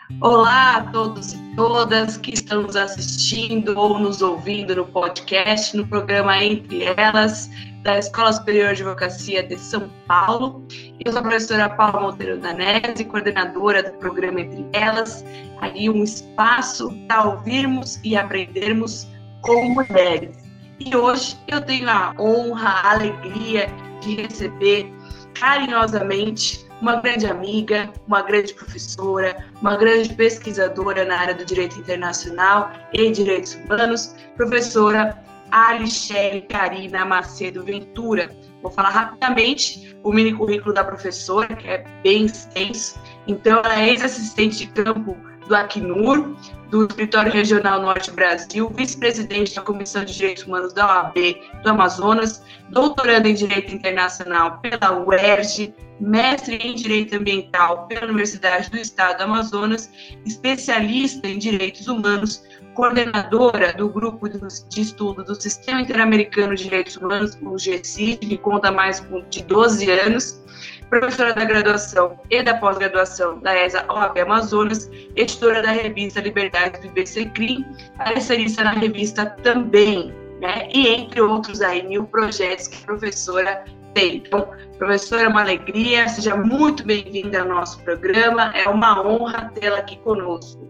Olá a todos e todas que estão nos assistindo ou nos ouvindo no podcast, no programa Entre Elas, da Escola Superior de Advocacia de São Paulo. Eu sou a professora Paula Monteiro Danese, coordenadora do programa Entre Elas, aí um espaço para ouvirmos e aprendermos com mulheres. E hoje eu tenho a honra, a alegria de receber carinhosamente uma grande amiga, uma grande professora, uma grande pesquisadora na área do direito internacional e direitos humanos, professora Alixele Karina Macedo Ventura. Vou falar rapidamente o mini currículo da professora, que é bem extenso. Então, ela é ex-assistente de campo do Acnur, do Escritório Regional Norte Brasil, vice-presidente da Comissão de Direitos Humanos da OAB do Amazonas, doutoranda em Direito Internacional pela UERJ, mestre em Direito Ambiental pela Universidade do Estado do Amazonas, especialista em Direitos Humanos, coordenadora do Grupo de Estudo do Sistema Interamericano de Direitos Humanos, o GCID, que conta mais de 12 anos, professora da graduação e da pós-graduação da ESA OAB Amazonas, editora da revista Liberdade do IBCCRIM, especialista na revista também, né? E entre outros aí 1000 projetos que a professora tem. Então, professora, é uma alegria, seja muito bem-vinda ao nosso programa, é uma honra tê-la aqui conosco.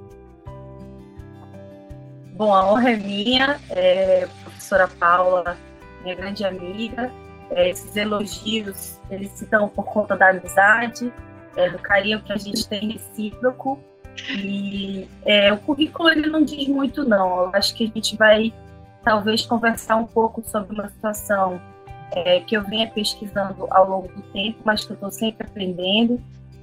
Bom, a honra é minha, professora Paula, minha grande amiga. Esses elogios, eles se dão por conta da amizade, do carinho que a gente tem recíproco. E o currículo ele não diz muito, não. Eu acho que a gente vai, talvez, conversar um pouco sobre uma situação que eu venho pesquisando ao longo do tempo, mas que eu estou sempre aprendendo.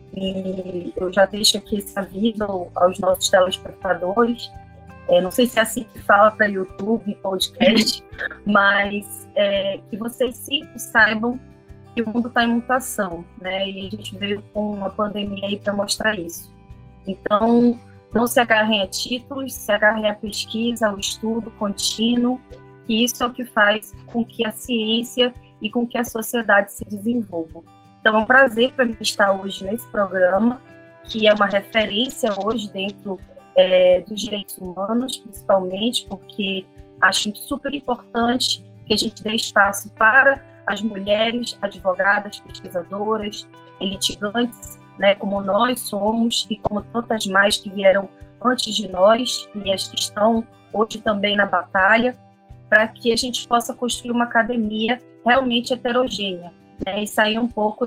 E eu já deixo aqui esse aviso aos nossos telespectadores. Não sei se é assim que fala para YouTube, podcast, mas que vocês sempre saibam que o mundo está em mutação, né? E a gente veio com uma pandemia aí para mostrar isso. Então, não se agarrem a títulos, se agarrem à pesquisa, ao estudo contínuo, que isso é o que faz com que a ciência e com que a sociedade se desenvolvam. Então, é um prazer para mim estar hoje nesse programa, que é uma referência hoje dentro dos direitos humanos, principalmente, porque acho super importante que a gente dê espaço para as mulheres advogadas, pesquisadoras, litigantes, né, como nós somos e como tantas mais que vieram antes de nós e as que estão hoje também na batalha, para que a gente possa construir uma academia realmente heterogênea, né, e sair um pouco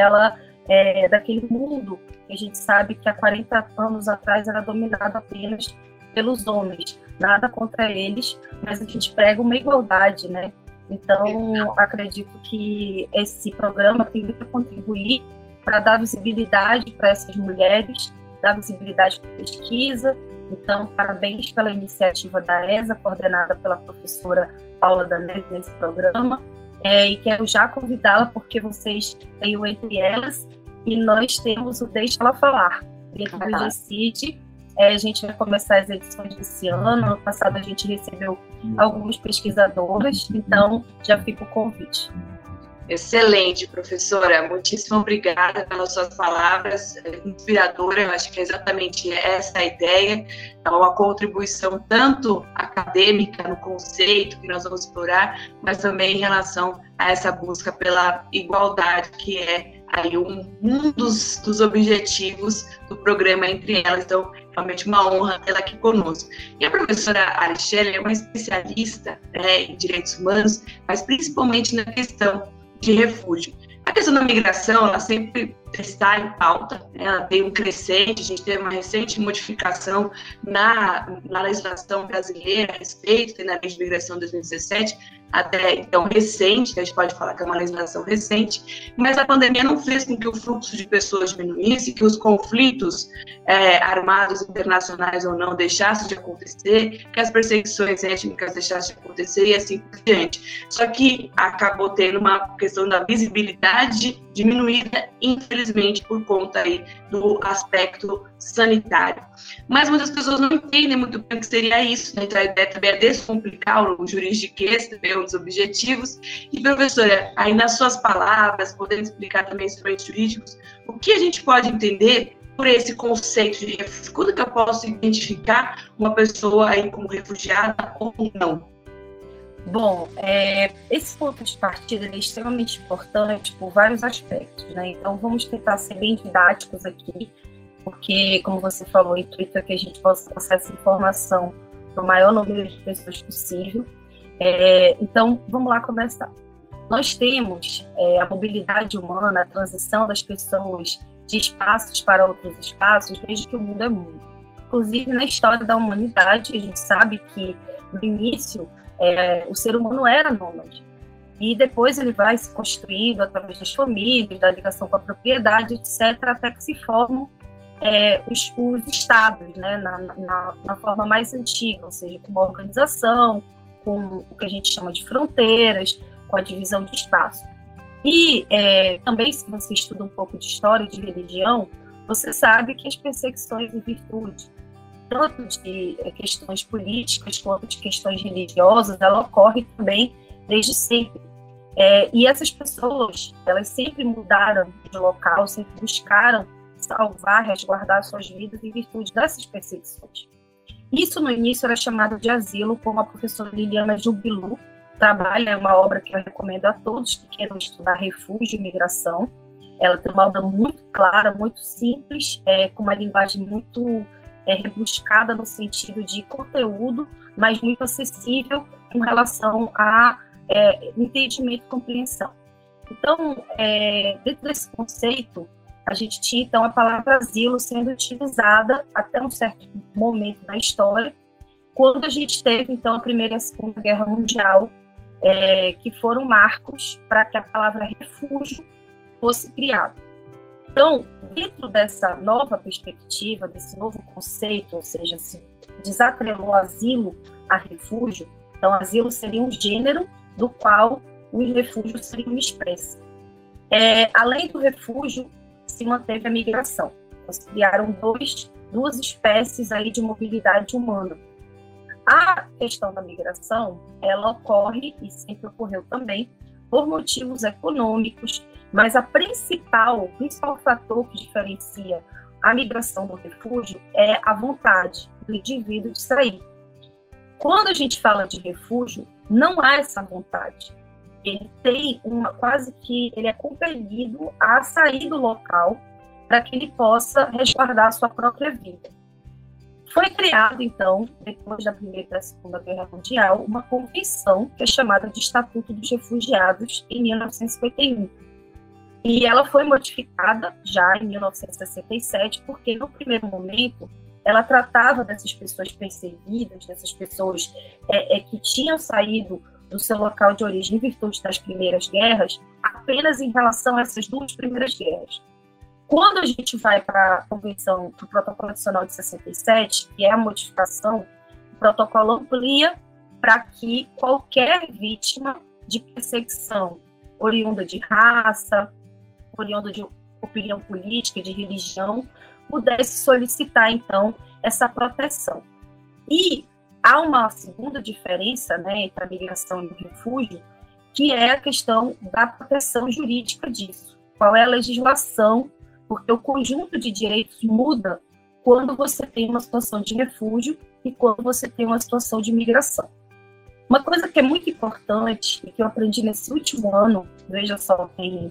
daquele mundo que a gente sabe que há 40 anos atrás era dominado apenas pelos homens. Nada contra eles, mas a gente prega uma igualdade, né? Então, acredito que esse programa tem muito a contribuir para dar visibilidade para essas mulheres, dar visibilidade para a pesquisa. Então, parabéns pela iniciativa da ESA, coordenada pela professora Paula Danese nesse programa. E quero já convidá-la, porque vocês têm o Entre Elas, e nós temos o Deixa Ela Falar. Dentro do GCID, a gente vai começar as edições desse ano. Ano passado a gente recebeu alguns pesquisadores, então já fica o convite. Excelente, professora. Muitíssimo obrigada pelas suas palavras. Inspiradora, eu acho que é exatamente essa a ideia. É uma contribuição tanto acadêmica no conceito que nós vamos explorar, mas também em relação a essa busca pela igualdade, que é aí um dos objetivos do programa Entre Elas. Então, realmente uma honra tê-la aqui conosco. E a professora Alixele é uma especialista, em direitos humanos, mas principalmente na questão de refúgio. A questão da migração, ela sempre está em pauta, né? Ela tem um crescente, a gente teve uma recente modificação na legislação brasileira a respeito, tem na Lei de Migração de 2017, até então recente, a gente pode falar que é uma legislação recente, mas a pandemia não fez com que o fluxo de pessoas diminuísse, que os conflitos armados internacionais ou não deixassem de acontecer, que as perseguições étnicas deixassem de acontecer e assim por diante. Só que acabou tendo uma questão da visibilidade diminuída, infelizmente, por conta aí do aspecto sanitário. Mas muitas pessoas não entendem muito bem o que seria isso, né? Então, a ideia também é descomplicar o juridiquês, também é um dos objetivos. E, professora, aí nas suas palavras, podendo explicar também instrumentos jurídicos, o que a gente pode entender por esse conceito de refúgio? Quando que eu posso identificar uma pessoa aí como refugiada ou não? Bom, esse ponto de partida é extremamente importante por vários aspectos, né? Então, vamos tentar ser bem didáticos aqui, porque, como você falou, o intuito é que a gente possa passar essa informação para o maior número de pessoas possível. Então, vamos lá começar. Nós temos a mobilidade humana, a transição das pessoas de espaços para outros espaços, desde que o mundo é mundo. Inclusive, na história da humanidade, a gente sabe que, no início, o ser humano era nômade. E depois ele vai se construindo através das famílias, da ligação com a propriedade, etc., até que se formam os estados, né, na forma mais antiga, ou seja, com uma organização, com o que a gente chama de fronteiras, com a divisão de espaço. E também, se você estuda um pouco de história e de religião, você sabe que as perseguições em virtude, tanto de questões políticas quanto de questões religiosas, ela ocorre também desde sempre. E essas pessoas, elas sempre mudaram de local, sempre buscaram salvar, resguardar suas vidas em virtude dessas perseguições. Isso, no início, era chamado de asilo, como a professora Liliana Jubilu trabalha, é uma obra que eu recomendo a todos que queiram estudar refúgio e migração. Ela tem uma obra muito clara, muito simples, com uma linguagem muito rebuscada no sentido de conteúdo, mas muito acessível em relação a entendimento e compreensão. Então, dentro desse conceito, a gente tinha, então, a palavra asilo sendo utilizada até um certo momento da história, quando a gente teve, então, a Primeira e a Segunda Guerra Mundial, que foram marcos para que a palavra refúgio fosse criada. Então, dentro dessa nova perspectiva, desse novo conceito, ou seja, se desatrelou asilo a refúgio, então, asilo seria um gênero do qual os refúgios seriam uma espécie. Além do refúgio, se manteve a migração. Eles criaram duas espécies aí de mobilidade humana. A questão da migração, ela ocorre, e sempre ocorreu também, por motivos econômicos, mas o principal fator que diferencia a migração do refúgio é a vontade do indivíduo de sair. Quando a gente fala de refúgio, não há essa vontade. Ele tem ele é compelido a sair do local para que ele possa resguardar a sua própria vida. Foi criado, então, depois da Primeira e da Segunda Guerra Mundial, uma convenção que é chamada de Estatuto dos Refugiados, em 1951. E ela foi modificada já em 1967, porque, no primeiro momento, ela tratava dessas pessoas perseguidas, dessas pessoas que tinham saído do seu local de origem em virtude das primeiras guerras, apenas em relação a essas duas primeiras guerras. Quando a gente vai para a Convenção do Protocolo Adicional de 67, que é a modificação, o protocolo amplia para que qualquer vítima de perseguição oriunda de raça, oriunda de opinião política, de religião, pudesse solicitar, então, essa proteção. E há uma segunda diferença, né, entre a migração e o refúgio, que é a questão da proteção jurídica disso. Qual é a legislação? Porque o conjunto de direitos muda quando você tem uma situação de refúgio e quando você tem uma situação de migração. Uma coisa que é muito importante e que eu aprendi nesse último ano, veja só, tem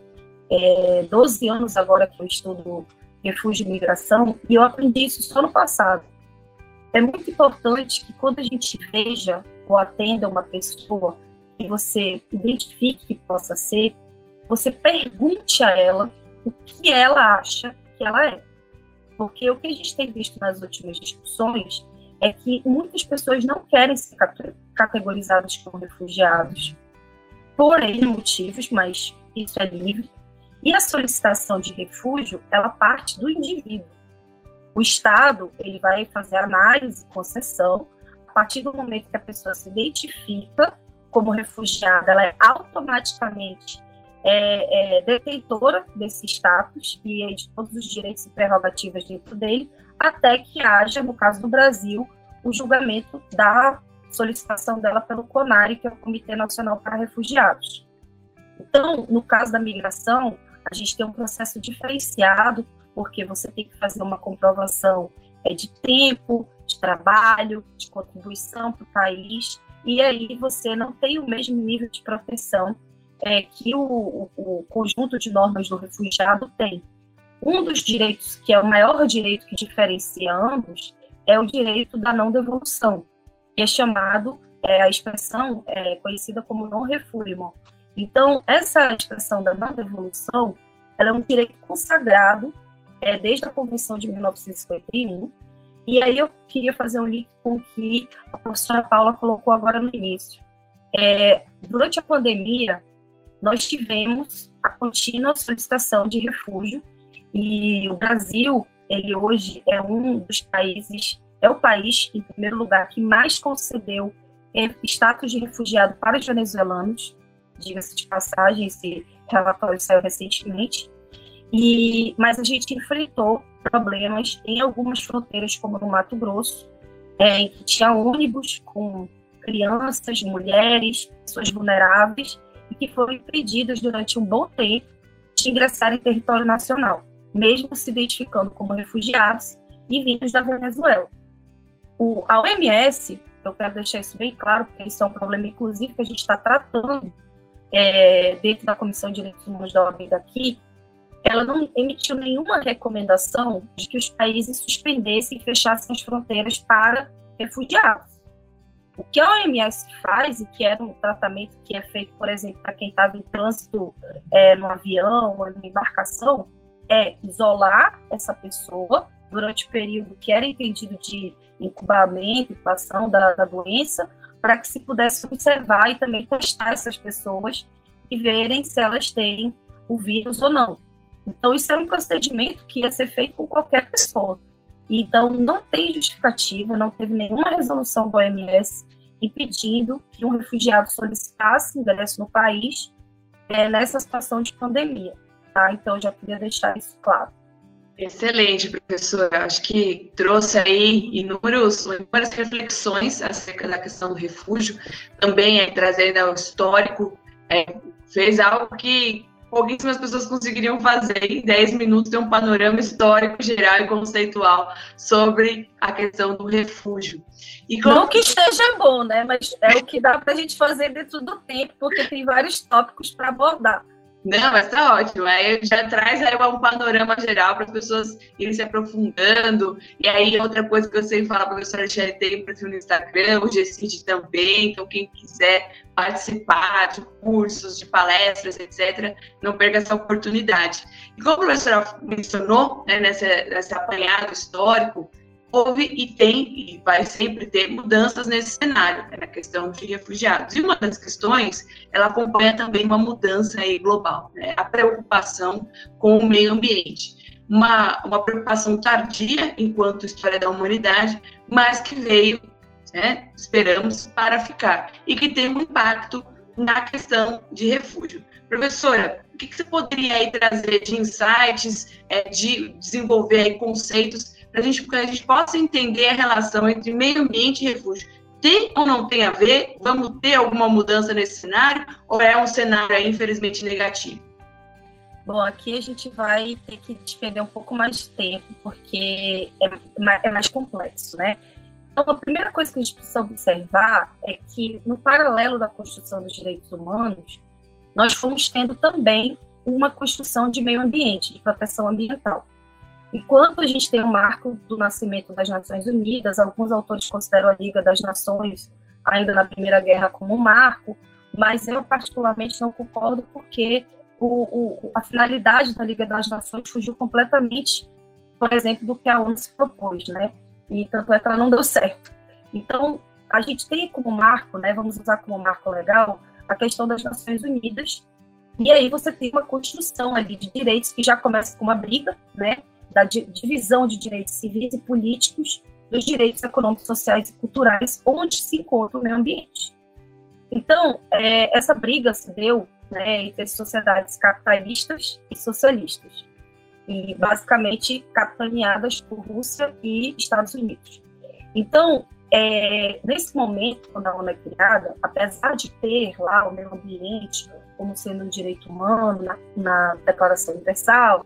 12 anos agora que eu estudo refúgio e migração, e eu aprendi isso só no passado. É muito importante que quando a gente veja ou atenda uma pessoa que você identifique que possa ser, você pergunte a ela o que ela acha que ela é. Porque o que a gente tem visto nas últimas discussões é que muitas pessoas não querem ser categorizadas como refugiados por N motivos, mas isso é livre. E a solicitação de refúgio, ela parte do indivíduo. O Estado, ele vai fazer análise e concessão. A partir do momento que a pessoa se identifica como refugiada, ela é automaticamente detentora desse status e de todos os direitos e prerrogativas dentro dele, até que haja, no caso do Brasil, o julgamento da solicitação dela pelo CONARE, que é o Comitê Nacional para Refugiados. Então, no caso da migração, a gente tem um processo diferenciado, porque você tem que fazer uma comprovação de tempo, de trabalho, de contribuição para o país, e aí você não tem o mesmo nível de proteção que o conjunto de normas do refugiado tem. Um dos direitos, que é o maior direito que diferencia ambos, é o direito da não devolução, que é chamado, a expressão conhecida como non-refoulement. Então, essa expressão da não devolução, ela é um direito consagrado desde a Convenção de 1951, e aí eu queria fazer um link com o que a professora Paula colocou agora no início. Durante a pandemia, nós tivemos a contínua solicitação de refúgio, e o Brasil, ele hoje é um dos países, é o país, em primeiro lugar, que mais concedeu status de refugiado para os venezuelanos, diga-se de passagem, esse relatório saiu recentemente, mas a gente enfrentou problemas em algumas fronteiras, como no Mato Grosso, em que tinha ônibus com crianças, mulheres, pessoas vulneráveis, e que foram impedidas durante um bom tempo de ingressar em território nacional, mesmo se identificando como refugiados e vindos da Venezuela. A OMS, eu quero deixar isso bem claro, porque isso é um problema, inclusive, que a gente está tratando dentro da Comissão de Direitos Humanos da OAB daqui, ela não emitiu nenhuma recomendação de que os países suspendessem e fechassem as fronteiras para refugiados. O que a OMS faz, e que era um tratamento que é feito, por exemplo, para quem estava em trânsito no avião ou numa embarcação, é isolar essa pessoa durante o período que era entendido de incubamento, incubação da doença, para que se pudesse observar e também testar essas pessoas e verem se elas têm o vírus ou não. Então, isso era um procedimento que ia ser feito com qualquer pessoa. Então, não tem justificativa, não teve nenhuma resolução do OMS impedindo que um refugiado solicitasse ingresso no país nessa situação de pandemia. Tá? Então, eu já queria deixar isso claro. Excelente, professora. Acho que trouxe aí inúmeras reflexões acerca da questão do refúgio. Também trazendo ao histórico, fez algo que pouquíssimas pessoas conseguiriam fazer em 10 minutos, ter um panorama histórico, geral e conceitual sobre a questão do refúgio. Não que esteja bom, né? Mas é o que dá para a gente fazer dentro do tempo, porque tem vários tópicos para abordar. Não, mas tá ótimo. Aí já traz aí um panorama geral para as pessoas irem se aprofundando. E aí, outra coisa que eu sei falar, a professora Michele tem um perfil no Instagram, o GCID também. Então, quem quiser participar de cursos, de palestras, etc., não perca essa oportunidade. E como a professora mencionou, né, nesse apanhado histórico, houve e tem, e vai sempre ter mudanças nesse cenário, na questão de refugiados. E uma das questões, ela acompanha também uma mudança aí global, né? A preocupação com o meio ambiente. Uma preocupação tardia, enquanto história da humanidade, mas que veio, né, esperamos, para ficar. E que tem um impacto na questão de refúgio. Professora, o que você poderia aí trazer de insights, de desenvolver aí conceitos para que a gente possa entender a relação entre meio ambiente e refúgio? Tem ou não tem a ver? Vamos ter alguma mudança nesse cenário? Ou é um cenário, infelizmente, negativo? Bom, aqui a gente vai ter que despender um pouco mais de tempo, porque é mais complexo, né? Então, a primeira coisa que a gente precisa observar é que, no paralelo da construção dos direitos humanos, nós fomos tendo também uma construção de meio ambiente, de proteção ambiental. Enquanto a gente tem o marco do nascimento das Nações Unidas, alguns autores consideram a Liga das Nações, ainda na Primeira Guerra, como um marco, mas eu particularmente não concordo, porque a finalidade da Liga das Nações fugiu completamente, por exemplo, do que a ONU se propôs, né? E tanto é que ela não deu certo. Então, a gente tem como marco, né, vamos usar como marco legal, a questão das Nações Unidas, e aí você tem uma construção ali de direitos que já começa com uma briga, né, da divisão de direitos civis e políticos dos direitos econômicos, sociais e culturais, onde se encontra o meio ambiente. Então, essa briga se deu, né, entre sociedades capitalistas e socialistas, e basicamente capitaneadas por Rússia e Estados Unidos. Então, nesse momento, quando a ONU é criada, apesar de ter lá o meio ambiente como sendo um direito humano na Declaração Universal,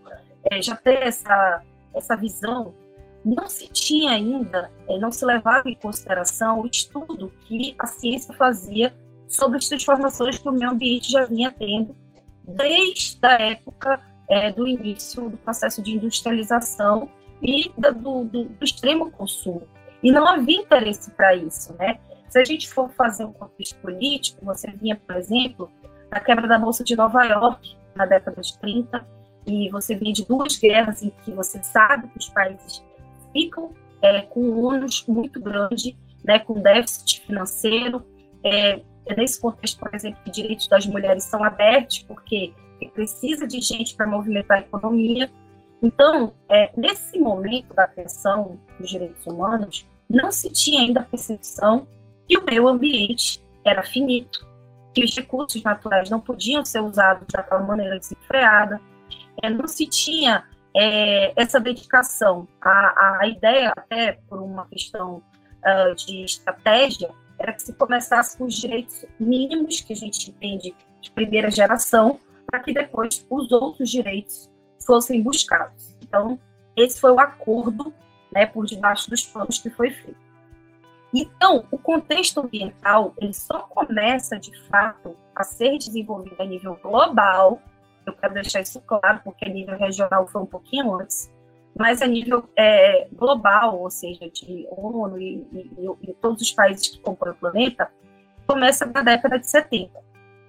já ter essa visão, não se tinha ainda, não se levava em consideração o estudo que a ciência fazia sobre as transformações que o meio ambiente já vinha tendo desde a época do início do processo de industrialização e do extremo consumo. E não havia interesse para isso, né? Se a gente for fazer um contexto político, você vinha, por exemplo, da quebra da Bolsa de Nova York, na década de 30, e você vinha de 2 guerras em que você sabe que os países ficam com um ônus muito grande, né, com déficit financeiro. Nesse contexto, por exemplo, que direitos das mulheres são abertos, porque precisa de gente para movimentar a economia. Então, nesse momento da atenção dos direitos humanos, não se tinha ainda a percepção que o meio ambiente era finito, que os recursos naturais não podiam ser usados daquela maneira desenfreada, não se tinha essa dedicação. A ideia, até por uma questão de estratégia, era que se começasse com os direitos mínimos, que a gente entende de primeira geração, para que depois os outros direitos fossem buscados. Então, esse foi o acordo, né, por debaixo dos panos que foi feito. Então, o contexto ambiental, ele só começa, de fato, a ser desenvolvido a nível global. Eu quero deixar isso claro, porque a nível regional foi um pouquinho antes, mas a nível global, ou seja, de ONU e todos os países que compõem o planeta, começa na década de 70.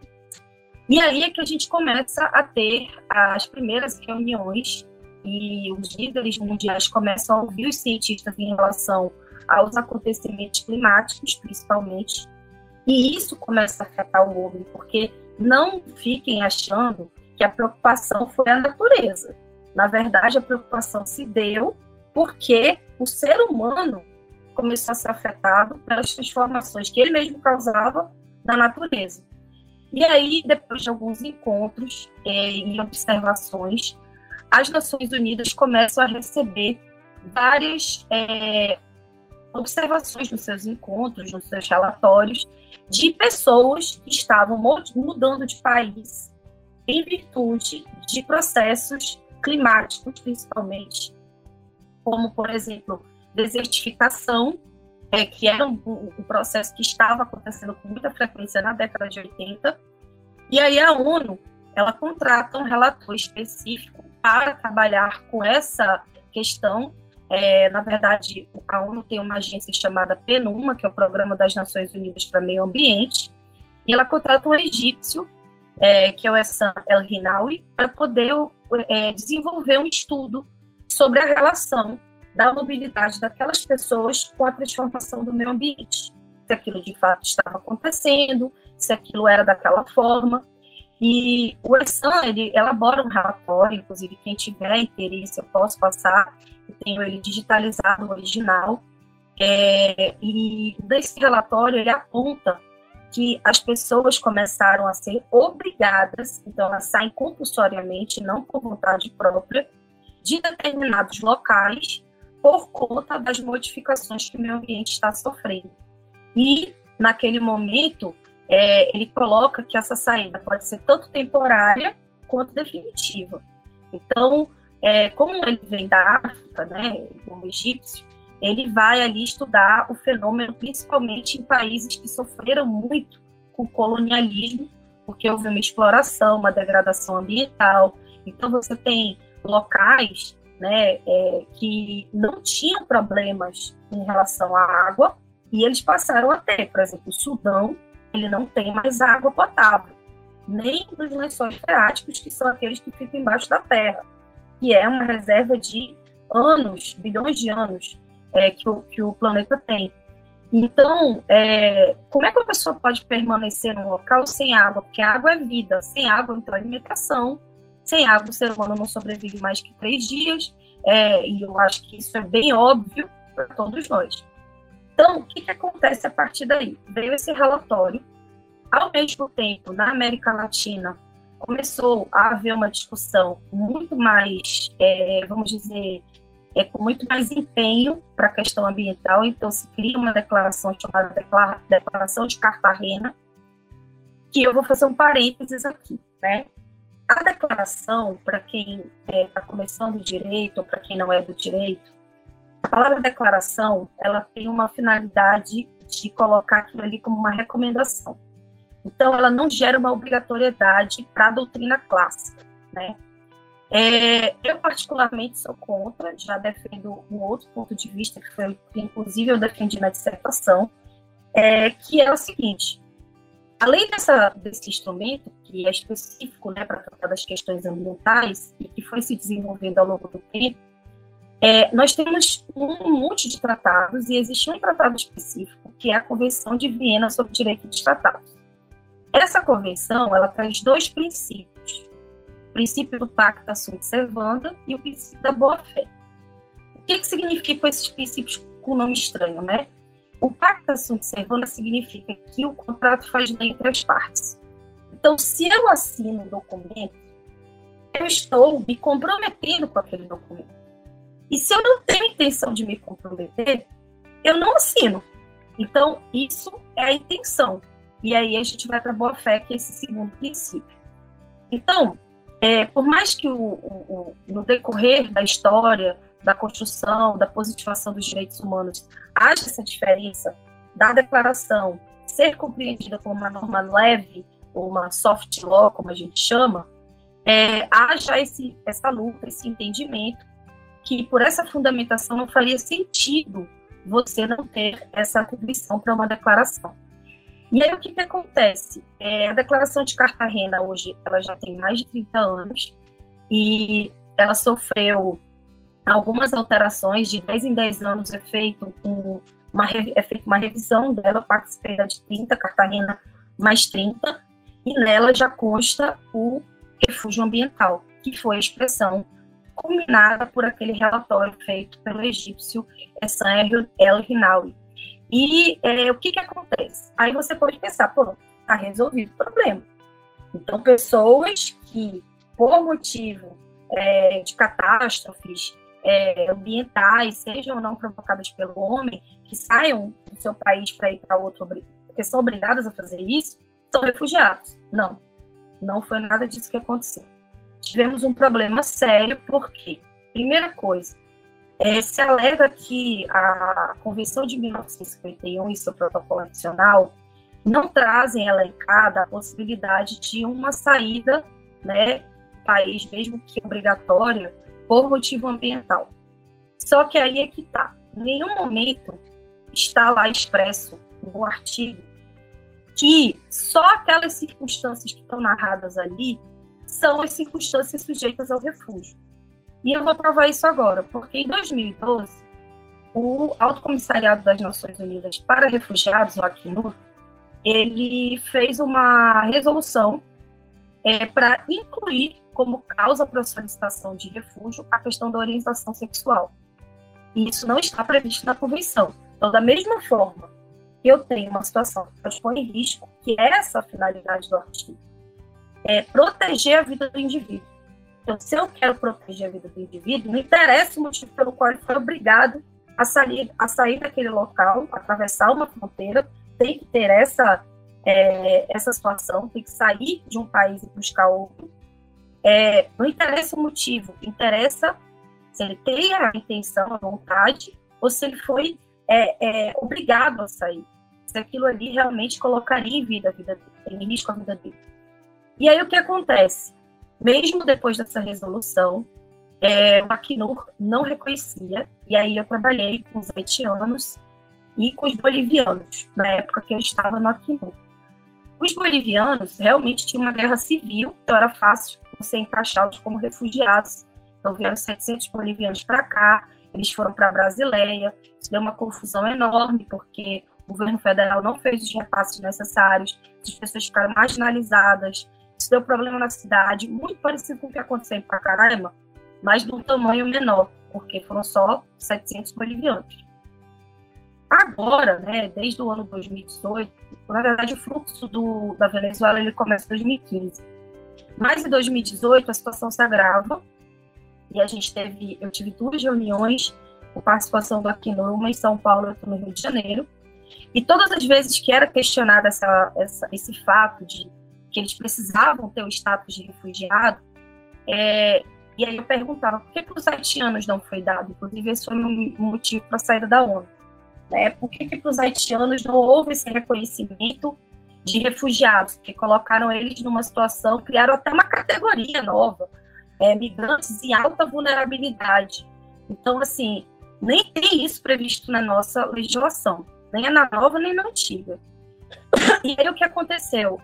E aí é que a gente começa a ter as primeiras reuniões e os líderes mundiais começam a ouvir os cientistas em relação aos acontecimentos climáticos, principalmente, e isso começa a afetar o homem, porque não fiquem achando que a preocupação foi a natureza. Na verdade, a preocupação se deu porque o ser humano começou a ser afetado pelas transformações que ele mesmo causava na natureza. E aí, depois de alguns encontros e observações, as Nações Unidas começam a receber várias observações nos seus encontros, nos seus relatórios, de pessoas que estavam mudando de país em virtude de processos climáticos, principalmente, como, por exemplo, desertificação, que era um processo que estava acontecendo com muita frequência na década de 80, e aí a ONU, ela contrata um relator específico para trabalhar com essa questão. Na verdade, a ONU tem uma agência chamada PNUMA, que é o Programa das Nações Unidas para o Meio Ambiente, e ela contrata um egípcio, que é o Ehsan El-Hinawi, para poder desenvolver um estudo sobre a relação da mobilidade daquelas pessoas com a transformação do meio ambiente. Se aquilo de fato estava acontecendo, se aquilo era daquela forma. E o Ehsan, ele elabora um relatório, inclusive quem tiver interesse eu posso passar, eu tenho ele digitalizado, o original, e nesse relatório ele aponta que as pessoas começaram a ser obrigadas, então elas saem compulsoriamente, não por vontade própria, de determinados locais por conta das modificações que o meio ambiente está sofrendo. E, naquele momento, ele coloca que essa saída pode ser tanto temporária quanto definitiva. Então, como ele vem da África, né, como egípcio, ele vai ali estudar o fenômeno, principalmente em países que sofreram muito com o colonialismo, porque houve uma exploração, uma degradação ambiental. Então, você tem locais, né, que não tinham problemas em relação à água, e eles passaram a ter, por exemplo, o Sudão, ele não tem mais água potável, nem nos lençóis freáticos, que são aqueles que ficam embaixo da terra, que é uma reserva de anos, bilhões de anos, que o planeta tem. Então, como é que a pessoa pode permanecer num local sem água? Porque a água é vida, sem água não tem alimentação, sem água o ser humano não sobrevive mais que 3 dias, e eu acho que isso é bem óbvio para todos nós. Então, o que acontece a partir daí? Veio esse relatório, ao mesmo tempo, na América Latina, começou a haver uma discussão muito mais, vamos dizer, com muito mais empenho para a questão ambiental. Então, se cria uma declaração chamada Declaração de Cartagena, que eu vou fazer um parênteses aqui, né? A declaração, para quem está começando o direito ou para quem não é do direito, a palavra declaração, ela tem uma finalidade de colocar aquilo ali como uma recomendação. Então, ela não gera uma obrigatoriedade para a doutrina clássica, né? Eu, particularmente, sou contra, já defendo um outro ponto de vista, que inclusive eu defendi na dissertação, que é o seguinte: além desse instrumento, que é específico, né, para tratar das questões ambientais e que foi se desenvolvendo ao longo do tempo, nós temos um monte de tratados, e existe um tratado específico, que é a Convenção de Viena sobre o Direito dos Tratados. Essa convenção, ela traz 2 princípios: o princípio do pacta sunt servanda e o princípio da boa-fé. O que significam esses princípios com nome estranho, né? O pacta sunt servanda significa que o contrato faz lei entre as partes. Então, se eu assino um documento, eu estou me comprometendo com aquele documento. E se eu não tenho intenção de me comprometer, eu não assino. Então, isso é a intenção. E aí a gente vai para a boa-fé, que é esse segundo princípio. Então, por mais que no decorrer da história, da construção, da positivação dos direitos humanos, haja essa diferença da declaração ser compreendida como uma norma leve, ou uma soft law, como a gente chama, haja essa luta, esse entendimento, que por essa fundamentação não faria sentido você não ter essa atribuição para uma declaração. E aí o que acontece? A Declaração de Cartagena hoje, ela já tem mais de 30 anos, e ela sofreu algumas alterações. De 10 em 10 anos é feita uma revisão dela. Eu participei da de 30, Cartagena mais 30, e nela já consta o refúgio ambiental, que foi a expressão culminada por aquele relatório feito pelo egípcio Hassan El-Hinawi. E o que acontece? Aí você pode pensar, está resolvido o problema. Então, pessoas que, por motivo de catástrofes ambientais, sejam ou não provocadas pelo homem, que saiam do seu país para ir para outro, porque são obrigadas a fazer isso, são refugiados. Não foi nada disso que aconteceu. Tivemos um problema sério, porque, primeira coisa, se alega que a Convenção de 1951 e seu protocolo adicional não trazem elencada a possibilidade de uma saída, né, do país, mesmo que obrigatória, por motivo ambiental. Só que aí é que está. Em nenhum momento está lá expresso no artigo que só aquelas circunstâncias que estão narradas ali são as circunstâncias sujeitas ao refúgio. E eu vou provar isso agora, porque em 2012, o Alto Comissariado das Nações Unidas para Refugiados, o Acnur, ele fez uma resolução para incluir como causa para a solicitação de refúgio a questão da orientação sexual. E isso não está previsto na Convenção. Então, da mesma forma que eu tenho uma situação que pode pôr em risco, que é essa a finalidade do artigo, proteger a vida do indivíduo. Então, se eu quero proteger a vida do indivíduo, não interessa o motivo pelo qual ele foi obrigado a sair daquele local, atravessar uma fronteira, tem que ter essa situação, tem que sair de um país e buscar outro. Não interessa o motivo, interessa se ele tem a intenção, a vontade, ou se ele foi obrigado a sair. Se aquilo ali realmente colocaria em risco a vida dele. E aí o que acontece? Mesmo depois dessa resolução, o Acnur não reconhecia, e aí eu trabalhei com os haitianos e com os bolivianos, na época que eu estava no Acnur. Os bolivianos realmente tinham uma guerra civil, então era fácil você encaixá-los como refugiados. Então vieram 700 bolivianos para cá, eles foram para a Brasileia, isso deu uma confusão enorme, porque o governo federal não fez os repasses necessários, as pessoas ficaram marginalizadas. Isso deu problema na cidade, muito parecido com o que aconteceu em Pacaraima, mas de um tamanho menor, porque foram só 700 bolivianos. Agora, né, desde o ano 2018, na verdade o fluxo da Venezuela ele começa em 2015, mas em 2018 a situação se agrava, e eu tive 2 reuniões com participação do Acnur, uma em São Paulo e outra no Rio de Janeiro, e todas as vezes que era questionado esse fato de que eles precisavam ter o status de refugiado, e aí eu perguntava por que os haitianos não foi dado? Inclusive, esse foi um motivo para a saída da ONU. Né? Por que para os haitianos não houve esse reconhecimento de refugiados? Porque colocaram eles numa situação, criaram até uma categoria nova, migrantes em alta vulnerabilidade. Então, assim, nem tem isso previsto na nossa legislação, nem na nova, nem na antiga. E aí o que aconteceu?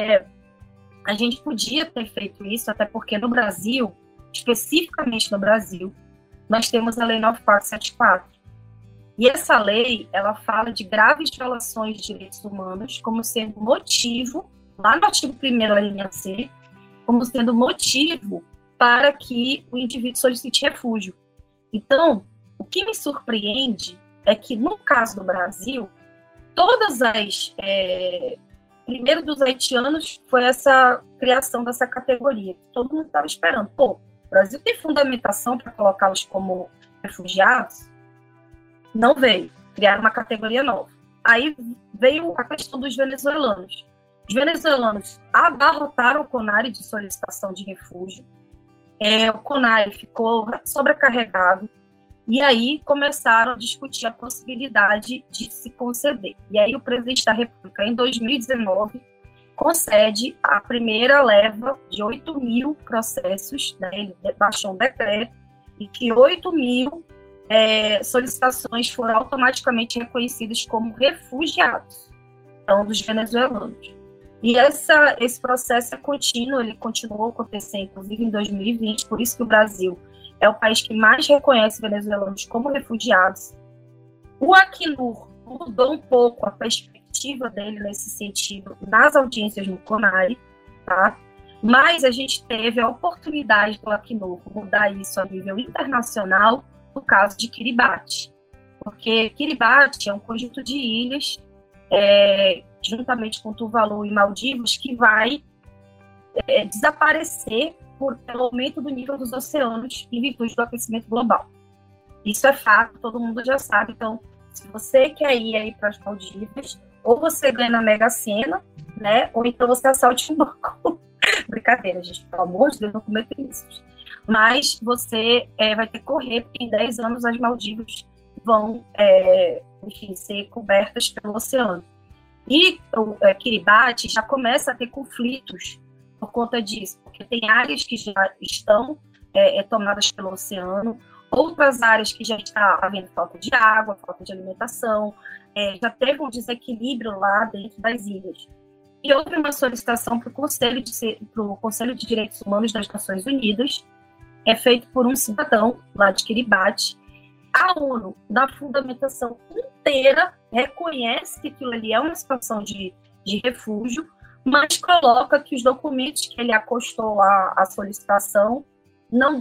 A gente podia ter feito isso, até porque no Brasil, especificamente no Brasil, nós temos a Lei 9474. E essa lei, ela fala de graves violações de direitos humanos como sendo motivo, lá no artigo 1º, a linha C, como sendo motivo para que o indivíduo solicite refúgio. Então, o que me surpreende é que, no caso do Brasil, todas as... primeiro dos haitianos foi essa criação dessa categoria, que todo mundo estava esperando. Pô, o Brasil tem fundamentação para colocá-los como refugiados? Não veio. Criaram uma categoria nova. Aí veio a questão dos venezuelanos. Os venezuelanos abarrotaram o CONARE de solicitação de refúgio. O CONARE ficou sobrecarregado. E aí começaram a discutir a possibilidade de se conceder. E aí o presidente da República, em 2019, concede a primeira leva de 8.000 processos, né? Ele baixou um decreto, e que 8.000 solicitações foram automaticamente reconhecidas como refugiados, então, dos venezuelanos. E esse processo é contínuo, ele continuou acontecendo, inclusive em 2020, por isso que o Brasil é o país que mais reconhece venezuelanos como refugiados. O Acnur mudou um pouco a perspectiva dele nesse sentido nas audiências no CONARE, tá? Mas a gente teve a oportunidade do Acnur mudar isso a nível internacional no caso de Kiribati, porque Kiribati é um conjunto de ilhas, juntamente com Tuvalu e Maldivas, que vai desaparecer pelo aumento do nível dos oceanos em virtude do aquecimento global. Isso é fato, todo mundo já sabe. Então, se você quer ir aí para as Maldivas, ou você ganha na Mega Sena, né, ou então você assalte um banco. Brincadeira, gente, pelo amor de Deus, não cometa isso. Mas você vai ter que correr, porque em 10 anos as Maldivas vão, enfim, ser cobertas pelo oceano. E o Kiribati já começa a ter conflitos por conta disso, porque tem áreas que já estão tomadas pelo oceano, outras áreas que já está havendo falta de água, falta de alimentação, já teve um desequilíbrio lá dentro das ilhas. E houve uma solicitação para o Conselho de Direitos Humanos das Nações Unidas, feito por um cidadão lá de Kiribati. A ONU, na fundamentação inteira, reconhece que aquilo ali é uma situação de refúgio, mas coloca que os documentos que ele acostou à solicitação não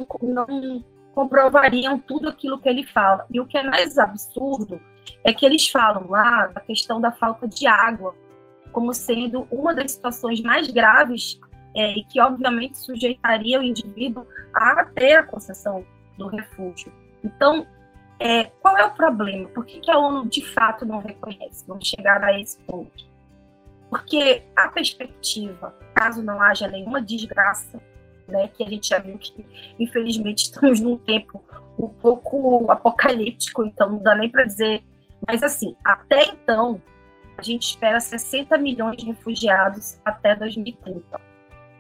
comprovariam tudo aquilo que ele fala. E o que é mais absurdo é que eles falam lá da questão da falta de água como sendo uma das situações mais graves e que, obviamente, sujeitaria o indivíduo a ter a concessão do refúgio. Então, qual é o problema? Por que a ONU, de fato, não reconhece? Vamos chegar a esse ponto. Porque a perspectiva, caso não haja nenhuma desgraça, né, que a gente já viu que, infelizmente, estamos num tempo um pouco apocalíptico, então não dá nem para dizer. Mas, assim, até então, a gente espera 60 milhões de refugiados até 2030.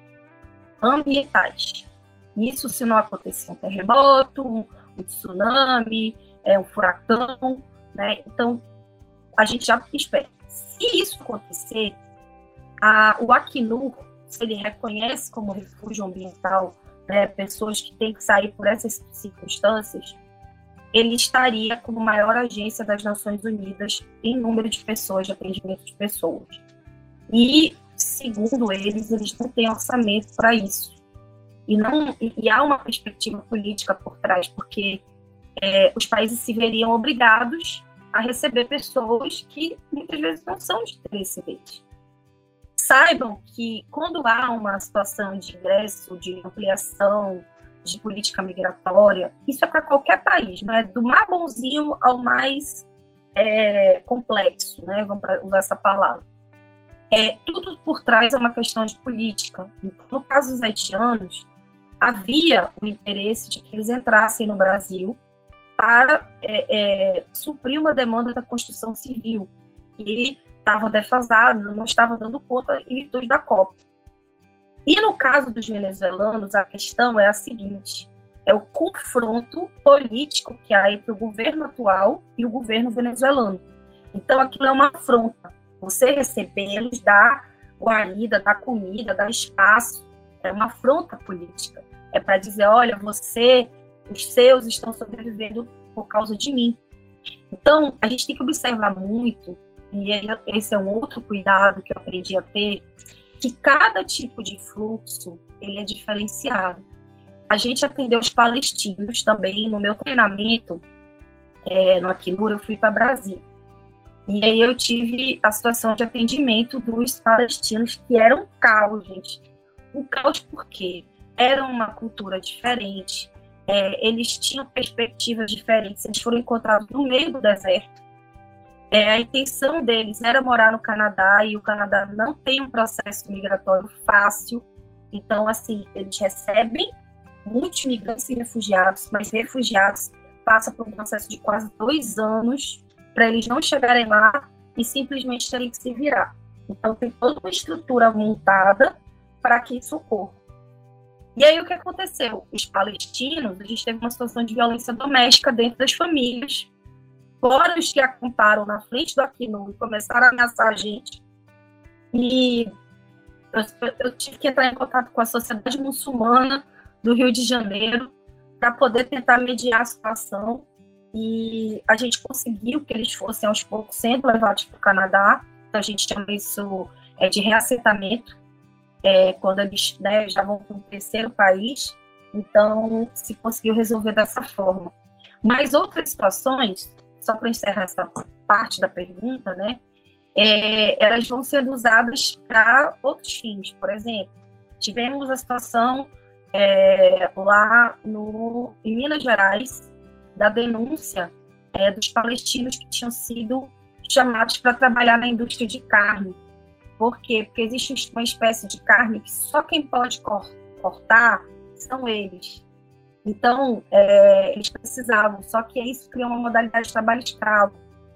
Ambientais. Isso se não acontecer um terremoto, um tsunami, um furacão, né? Então, a gente já espera. Se isso acontecer, o Acnur, se ele reconhece como refúgio ambiental, né, pessoas que têm que sair por essas circunstâncias, ele estaria como maior agência das Nações Unidas em número de pessoas, de atendimento de pessoas. E, segundo eles não têm orçamento para isso. E há uma perspectiva política por trás, porque os países se veriam obrigados a receber pessoas que muitas vezes não são de interesse deles. Saibam que quando há uma situação de ingresso, de ampliação, de política migratória, isso é para qualquer país, não é do mais bonzinho ao mais complexo, né? Vamos usar essa palavra. tudo por trás é uma questão de política. Então, no caso dos haitianos, havia o interesse de que eles entrassem no Brasil para suprir uma demanda da construção civil, que estava defasada, não estava dando conta em virtude da Copa. E no caso dos venezuelanos, a questão é a seguinte: é o confronto político que há entre o governo atual e o governo venezuelano. Então, aquilo é uma afronta. Você recebê-los, dar guarida, dar comida, dar espaço, é uma afronta política. É para dizer, olha, os seus estão sobrevivendo por causa de mim. Então, a gente tem que observar muito, e esse é um outro cuidado que eu aprendi a ter, que cada tipo de fluxo, ele é diferenciado. A gente atendeu os palestinos também. No meu treinamento, no Acnur, eu fui para Brasília. E aí eu tive a situação de atendimento dos palestinos, que era um caos, gente. Um caos porque era uma cultura diferente, eles tinham perspectivas diferentes, eles foram encontrados no meio do deserto. A intenção deles era morar no Canadá, e o Canadá não tem um processo migratório fácil. Então, assim, eles recebem muitos migrantes e refugiados, mas refugiados passam por um processo de quase 2 anos para eles não chegarem lá e simplesmente terem que se virar. Então, tem toda uma estrutura montada para que isso ocorra. E aí, o que aconteceu? Os palestinos, a gente teve uma situação de violência doméstica dentro das famílias, fora os que acamparam na frente do Acnur e começaram a ameaçar a gente. E eu tive que entrar em contato com a Sociedade Muçulmana do Rio de Janeiro para poder tentar mediar a situação. E a gente conseguiu que eles fossem aos poucos sendo levados para o Canadá. Então, a gente chama isso de reassentamento, quando eles já vão para um terceiro país. Então, se conseguiu resolver dessa forma. Mas outras situações, só para encerrar essa parte da pergunta, né, elas vão sendo usadas para outros fins. Por exemplo, tivemos a situação lá em Minas Gerais, da denúncia dos palestinos que tinham sido chamados para trabalhar na indústria de carne. Por quê? Porque existe uma espécie de carne que só quem pode cortar são eles. Então, eles precisavam, só que isso criou uma modalidade de trabalho escravo.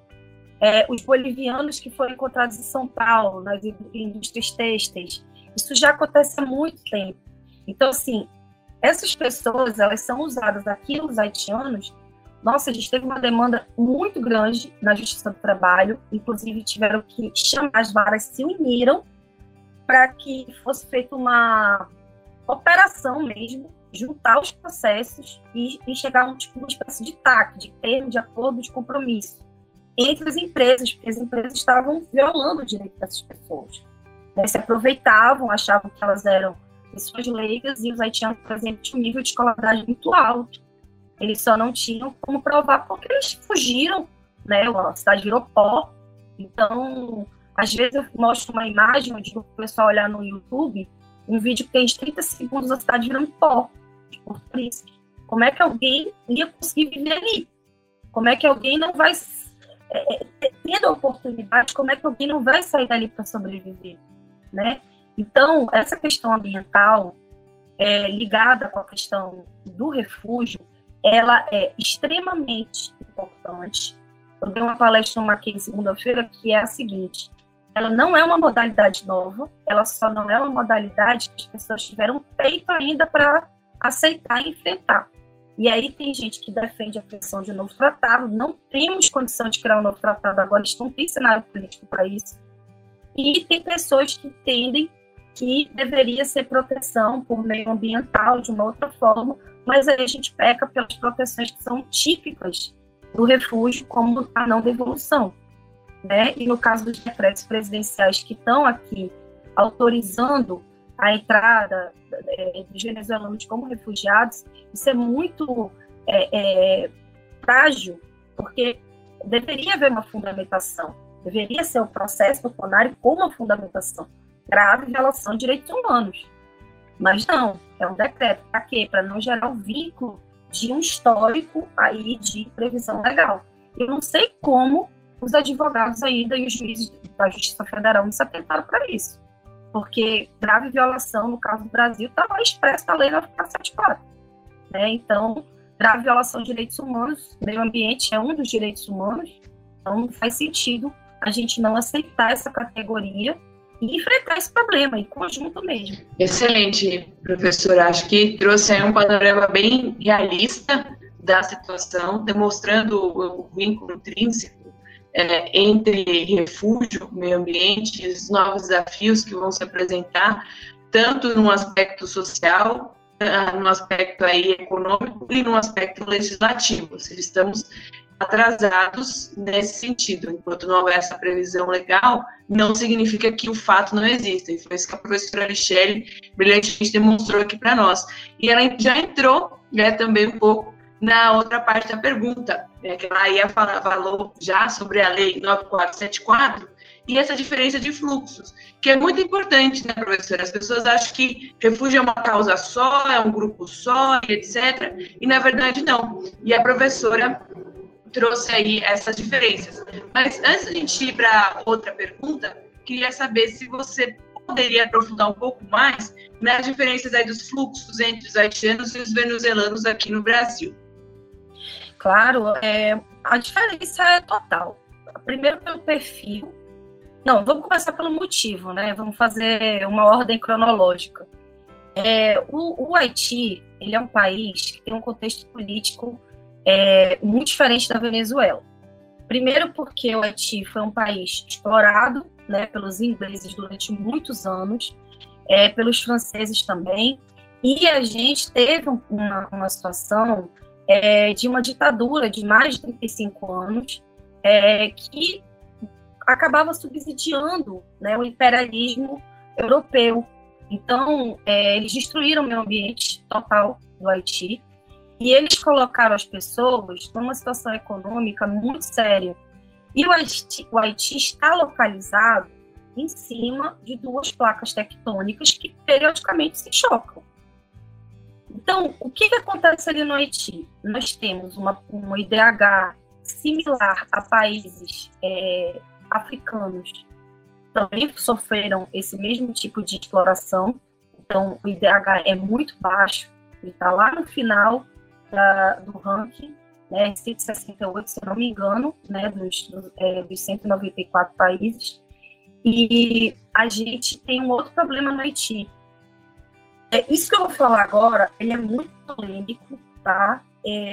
Os bolivianos que foram encontrados em São Paulo, nas indústrias têxteis, isso já acontece há muito tempo. Então, assim, essas pessoas, elas são usadas aqui, os haitianos. Nossa, a gente teve uma demanda muito grande na Justiça do Trabalho, inclusive tiveram que chamar, as varas se uniram para que fosse feita uma operação mesmo, juntar os processos e chegar a uma espécie de TAC, de termo de acordo de compromisso, entre as empresas, porque as empresas estavam violando o direito dessas pessoas. Se aproveitavam, achavam que elas eram pessoas leigas, e os haitianos, por exemplo, tinham um nível de escolaridade muito alto. Eles só não tinham como provar porque eles fugiram, né? A cidade virou pó. Então, às vezes eu mostro uma imagem, eu digo para o pessoal olhar no YouTube, um vídeo que tem de 30 segundos a cidade virando pó. Por isso, como é que alguém ia conseguir viver ali? Como é que alguém não vai, tendo a oportunidade, como é que alguém não vai sair dali para sobreviver, né? Então, essa questão ambiental, ligada com a questão do refúgio, ela é extremamente importante. Eu dei uma palestra no Mackenzie segunda-feira, que é a seguinte: ela não é uma modalidade nova, ela só não é uma modalidade que as pessoas tiveram peito ainda para aceitar e enfrentar. E aí tem gente que defende a criação de um novo tratado, não temos condição de criar um novo tratado agora, a gente não tem cenário político para isso. E tem pessoas que entendem que deveria ser proteção por meio ambiental, de uma outra forma, mas aí a gente peca pelas proteções que são típicas do refúgio, como a não devolução, né? E no caso dos decretos presidenciais que estão aqui autorizando a entrada dos venezuelanos como refugiados, isso é muito frágil, porque deveria haver uma fundamentação, deveria ser o processo do plenário com uma fundamentação, grave violação de direitos humanos. Mas não, é um decreto. Para quê? Para não gerar o vínculo de um histórico aí de previsão legal. Eu não sei como os advogados ainda e os juízes da Justiça Federal não se atentaram para isso. Porque grave violação, no caso do Brasil, está lá expresso na Lei 9474. Né? Então, grave violação de direitos humanos, meio ambiente é um dos direitos humanos, então não faz sentido a gente não aceitar essa categoria e enfrentar esse problema em conjunto mesmo. Excelente, professora. Acho que trouxe aí um panorama bem realista da situação, demonstrando o vínculo intrínseco entre refúgio, meio ambiente, os novos desafios que vão se apresentar, tanto no aspecto social, no aspecto aí econômico e no aspecto legislativo. Ou seja, estamos atrasados nesse sentido. Enquanto não houver essa previsão legal, não significa que o fato não exista. E foi isso que a professora Michele brilhantemente demonstrou aqui para nós. E ela já entrou também um pouco na outra parte da pergunta, que ela falou já sobre a Lei 9474 e essa diferença de fluxos, que é muito importante, né, professora? As pessoas acham que refúgio é uma causa só, é um grupo só, etc. E, na verdade, não. E a professora trouxe aí essas diferenças. Mas, antes de a gente ir para outra pergunta, queria saber se você poderia aprofundar um pouco mais nas diferenças aí dos fluxos entre os haitianos e os venezuelanos aqui no Brasil. Claro, a diferença é total. Primeiro pelo perfil. Não, vamos começar pelo motivo, né? Vamos fazer uma ordem cronológica. O Haiti, ele é um país que tem um contexto político muito diferente da Venezuela. Primeiro porque o Haiti foi um país explorado, né, pelos ingleses durante muitos anos, pelos franceses também, e a gente teve uma situação de uma ditadura de mais de 35 anos que acabava subsidiando, né, o imperialismo europeu. Então, eles destruíram o meio ambiente total do Haiti e eles colocaram as pessoas numa situação econômica muito séria. E o Haiti está localizado em cima de duas placas tectônicas que periodicamente se chocam. Então, o que acontece ali no Haiti? Nós temos um IDH similar a países africanos, também sofreram esse mesmo tipo de exploração. Então, o IDH é muito baixo, ele está lá no final do ranking, né, 168, se eu não me engano, né, dos 194 países. E a gente tem um outro problema no Haiti. Isso que eu vou falar agora, ele é muito polêmico, tá?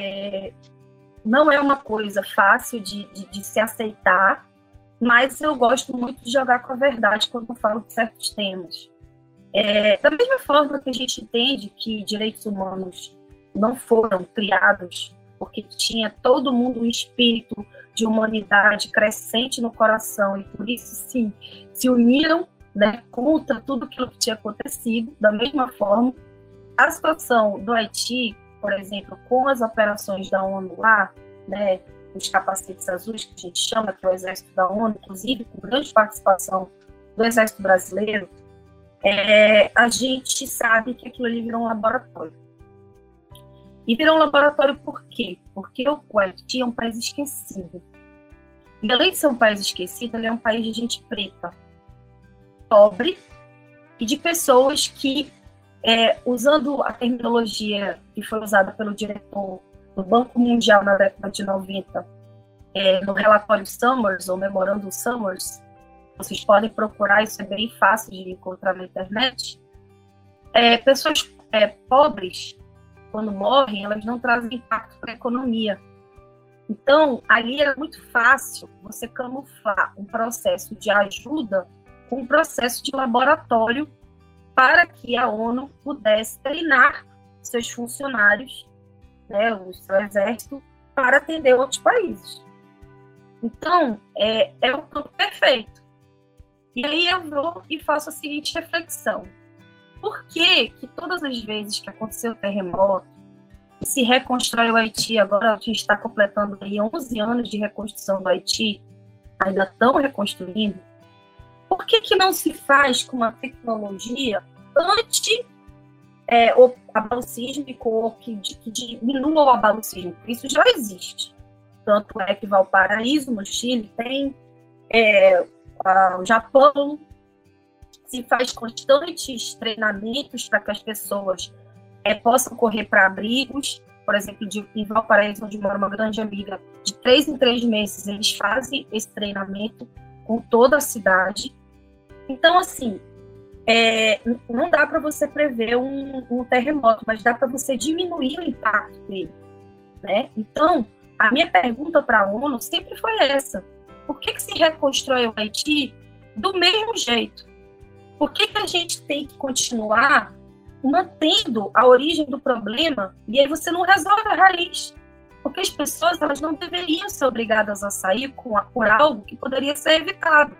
Não é uma coisa fácil de se aceitar, mas eu gosto muito de jogar com a verdade quando eu falo de certos temas. Da mesma forma que a gente entende que direitos humanos não foram criados porque tinha todo mundo um espírito de humanidade crescente no coração e por isso, sim, se uniram, né, contra tudo aquilo que tinha acontecido. Da mesma forma, a situação do Haiti, por exemplo, com as operações da ONU lá, né, os capacetes azuis, que a gente chama, que é o Exército da ONU, inclusive com grande participação do Exército Brasileiro, a gente sabe que aquilo ali virou um laboratório. E virou um laboratório por quê? Porque o Haiti é um país esquecido. E além de ser um país esquecido, ele é um país de gente preta, pobre, e de pessoas que, usando a terminologia que foi usada pelo diretor do Banco Mundial na década de 90, no relatório Summers, ou Memorando Summers, vocês podem procurar, isso é bem fácil de encontrar na internet, pessoas pobres, quando morrem, elas não trazem impacto para a economia. Então, ali era muito fácil você camuflar um processo de ajuda com um processo de laboratório para que a ONU pudesse treinar seus funcionários, né, o seu exército, para atender outros países. Então, é o campo perfeito. E aí eu vou e faço a seguinte reflexão. Por que todas as vezes que aconteceu o terremoto, se reconstrói o Haiti, agora a gente está completando aí 11 anos de reconstrução do Haiti, ainda estão reconstruindo, por que não se faz com uma tecnologia anti-abalo sísmico ou que diminua o abalo sísmico? Isso já existe. Tanto é que Valparaíso, no Chile, tem o Japão se faz constantes treinamentos para que as pessoas possam correr para abrigos. Por exemplo, em Valparaíso, onde mora uma grande amiga, de 3 em 3 meses eles fazem esse treinamento com toda a cidade. Então, assim, não dá para você prever um terremoto, mas dá para você diminuir o impacto dele, né? Então, a minha pergunta para a ONU sempre foi essa: por que se reconstrói o Haiti do mesmo jeito? Por que a gente tem que continuar mantendo a origem do problema e aí você não resolve a raiz? Porque as pessoas, elas não deveriam ser obrigadas a sair por algo que poderia ser evitado.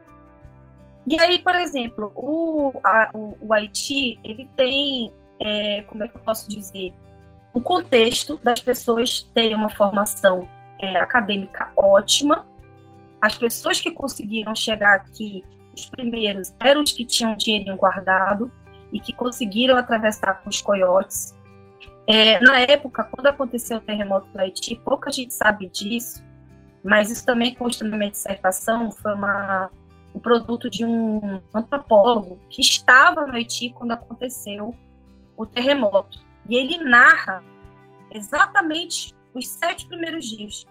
E aí, por exemplo, o Haiti, ele tem, como é que eu posso dizer, um contexto das pessoas terem uma formação acadêmica ótima. As pessoas que conseguiram chegar aqui, os primeiros, eram os que tinham dinheirinho guardado e que conseguiram atravessar com os coiotes. Na época, quando aconteceu o terremoto do Haiti, pouca gente sabe disso, mas isso também consta na minha dissertação, foi o produto de um antropólogo que estava no Haiti quando aconteceu o terremoto. E ele narra exatamente os 7 primeiros dias.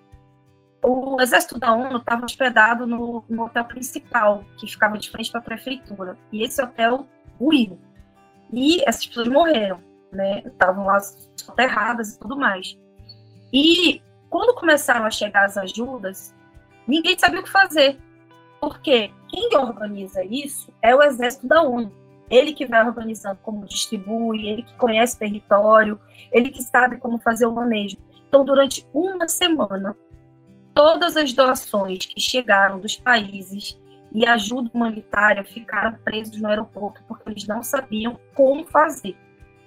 O exército da ONU estava hospedado no hotel principal, que ficava de frente para a prefeitura. E esse hotel ruiu. E essas pessoas morreram, né? Estavam lá soterradas e tudo mais. E quando começaram a chegar as ajudas, ninguém sabia o que fazer. Porque quem organiza isso é o exército da ONU. Ele que vai organizando como distribui, ele que conhece o território, ele que sabe como fazer o manejo. Então, durante uma semana, todas as doações que chegaram dos países e ajuda humanitária ficaram presos no aeroporto porque eles não sabiam como fazer.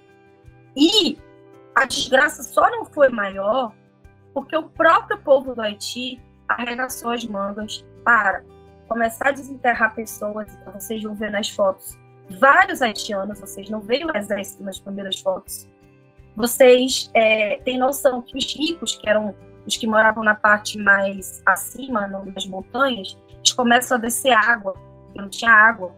E a desgraça só não foi maior porque o próprio povo do Haiti arregaçou as mangas para começar a desenterrar pessoas. Então, vocês vão ver nas fotos vários haitianos, vocês não veem o exército nas primeiras fotos. Vocês têm noção que os ricos, que eram os que moravam na parte mais acima, nas montanhas, eles começam a descer água, porque não tinha água.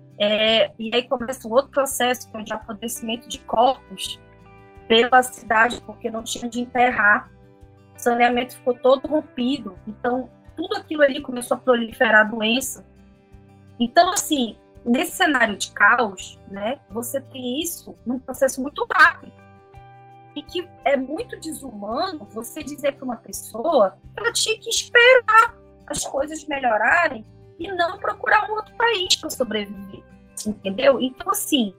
E aí começa um outro processo, que é o de apodrecimento de corpos pela cidade, porque não tinha de enterrar. O saneamento ficou todo rompido. Então, tudo aquilo ali começou a proliferar doença. Então, assim, nesse cenário de caos, né, você tem isso num processo muito rápido. E que é muito desumano você dizer para uma pessoa que ela tinha que esperar as coisas melhorarem e não procurar um outro país para sobreviver, entendeu? Então, assim,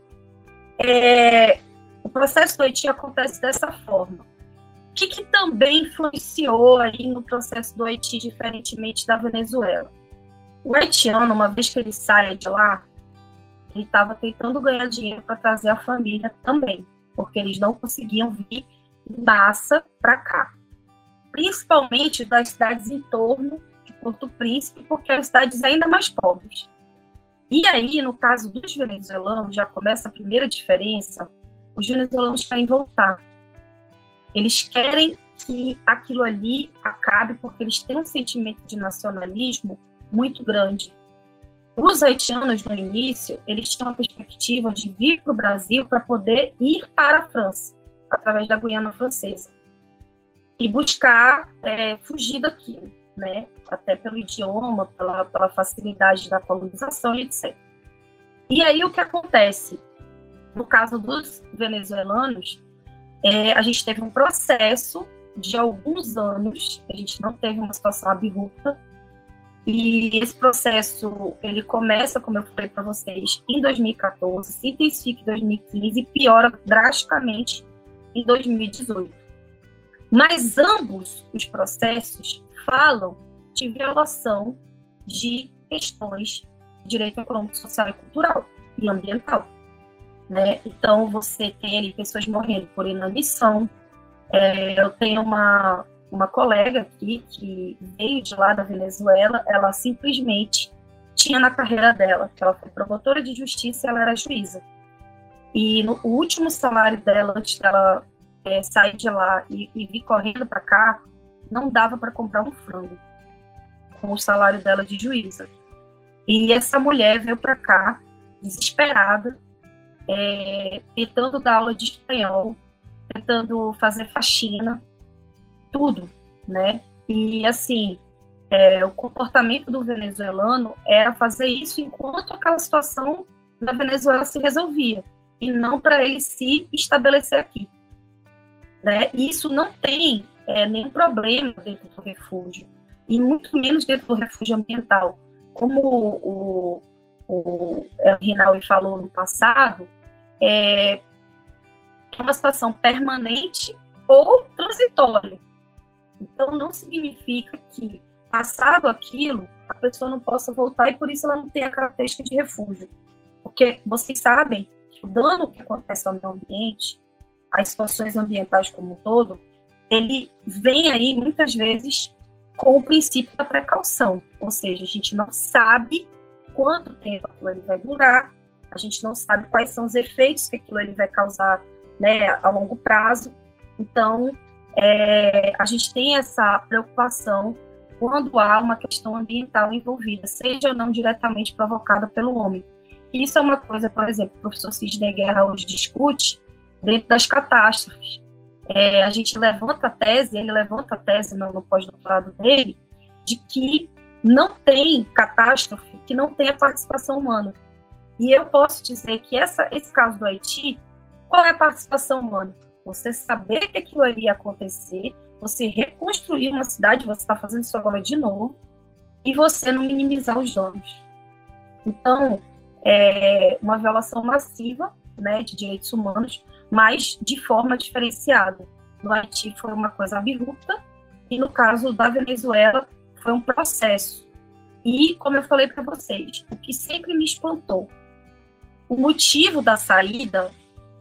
o processo do Haiti acontece dessa forma. O que também influenciou aí no processo do Haiti, diferentemente da Venezuela? O haitiano, uma vez que ele saia de lá, ele estava tentando ganhar dinheiro para trazer a família também, porque eles não conseguiam vir em massa para cá. Principalmente das cidades em torno de Porto Príncipe, porque eram cidades ainda mais pobres. E aí, no caso dos venezuelanos, já começa a primeira diferença: os venezuelanos querem voltar. Eles querem que aquilo ali acabe, porque eles têm um sentimento de nacionalismo muito grande. Os haitianos, no início, eles tinham a perspectiva de vir para o Brasil para poder ir para a França, através da Guiana Francesa, e buscar fugir daquilo, né? Até pelo idioma, pela facilidade da colonização, etc. E aí, o que acontece? No caso dos venezuelanos, a gente teve um processo de alguns anos, a gente não teve uma situação abrupta, e esse processo, ele começa, como eu falei para vocês, em 2014, se intensifica em 2015 e piora drasticamente em 2018. Mas ambos os processos falam de violação de questões de direito econômico, social e cultural e ambiental, né? Então, você tem ali pessoas morrendo por inanição. Eu tenho uma colega aqui que veio de lá da Venezuela, ela simplesmente tinha na carreira dela, que ela foi promotora de justiça e ela era juíza. E o último salário dela, antes dela sair de lá e vir correndo para cá, não dava para comprar um frango com o salário dela de juíza. E essa mulher veio para cá, desesperada, tentando dar aula de espanhol, tentando fazer faxina, tudo, né? E, assim, o comportamento do venezuelano era fazer isso enquanto aquela situação na Venezuela se resolvia, e não para ele se estabelecer aqui, né? E isso não tem nenhum problema dentro do refúgio, e muito menos dentro do refúgio ambiental. Como o Rinaldi falou no passado, é uma situação permanente ou transitória. Então, não significa que, passado aquilo, a pessoa não possa voltar, e por isso ela não tem a característica de refúgio. Porque vocês sabem que o dano que acontece ao meio ambiente, as situações ambientais como um todo, ele vem aí, muitas vezes, com o princípio da precaução. Ou seja, a gente não sabe quanto tempo aquilo ali vai durar, a gente não sabe quais são os efeitos que aquilo ali vai causar, né, a longo prazo. Então, a gente tem essa preocupação quando há uma questão ambiental envolvida, seja ou não diretamente provocada pelo homem. Isso é uma coisa, por exemplo, o professor Sidney Guerra hoje discute dentro das catástrofes. A gente levanta a tese, ele levanta a tese no pós-doutorado dele, de que não tem catástrofe que não tenha participação humana. E eu posso dizer que esse caso do Haiti, qual é a participação humana? Você saber que aquilo ali ia acontecer, você reconstruir uma cidade, você está fazendo isso agora de novo, e você não minimizar os danos. Então, uma violação massiva, né, de direitos humanos, mas de forma diferenciada. No Haiti foi uma coisa abrupta, e no caso da Venezuela foi um processo. E, como eu falei para vocês, o que sempre me espantou, o motivo da saída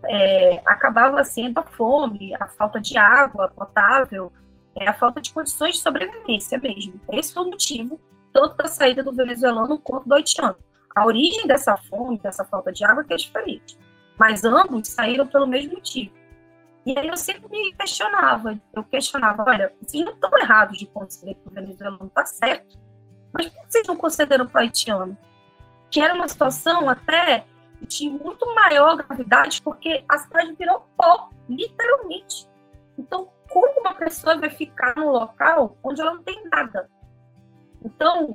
acabava sendo a fome, a falta de água potável, a falta de condições de sobrevivência mesmo. Esse foi o motivo, tanto da saída do venezuelano quanto do haitiano. A origem dessa fome, dessa falta de água, é diferente. Mas ambos saíram pelo mesmo motivo. E aí eu sempre me questionava. Olha, vocês não estão errados de conceder que o venezuelano está certo, mas por que vocês não concederam para o haitiano? Que era uma situação até de muito maior gravidade, porque a cidade virou pó, literalmente. Então, como uma pessoa vai ficar num local onde ela não tem nada? Então,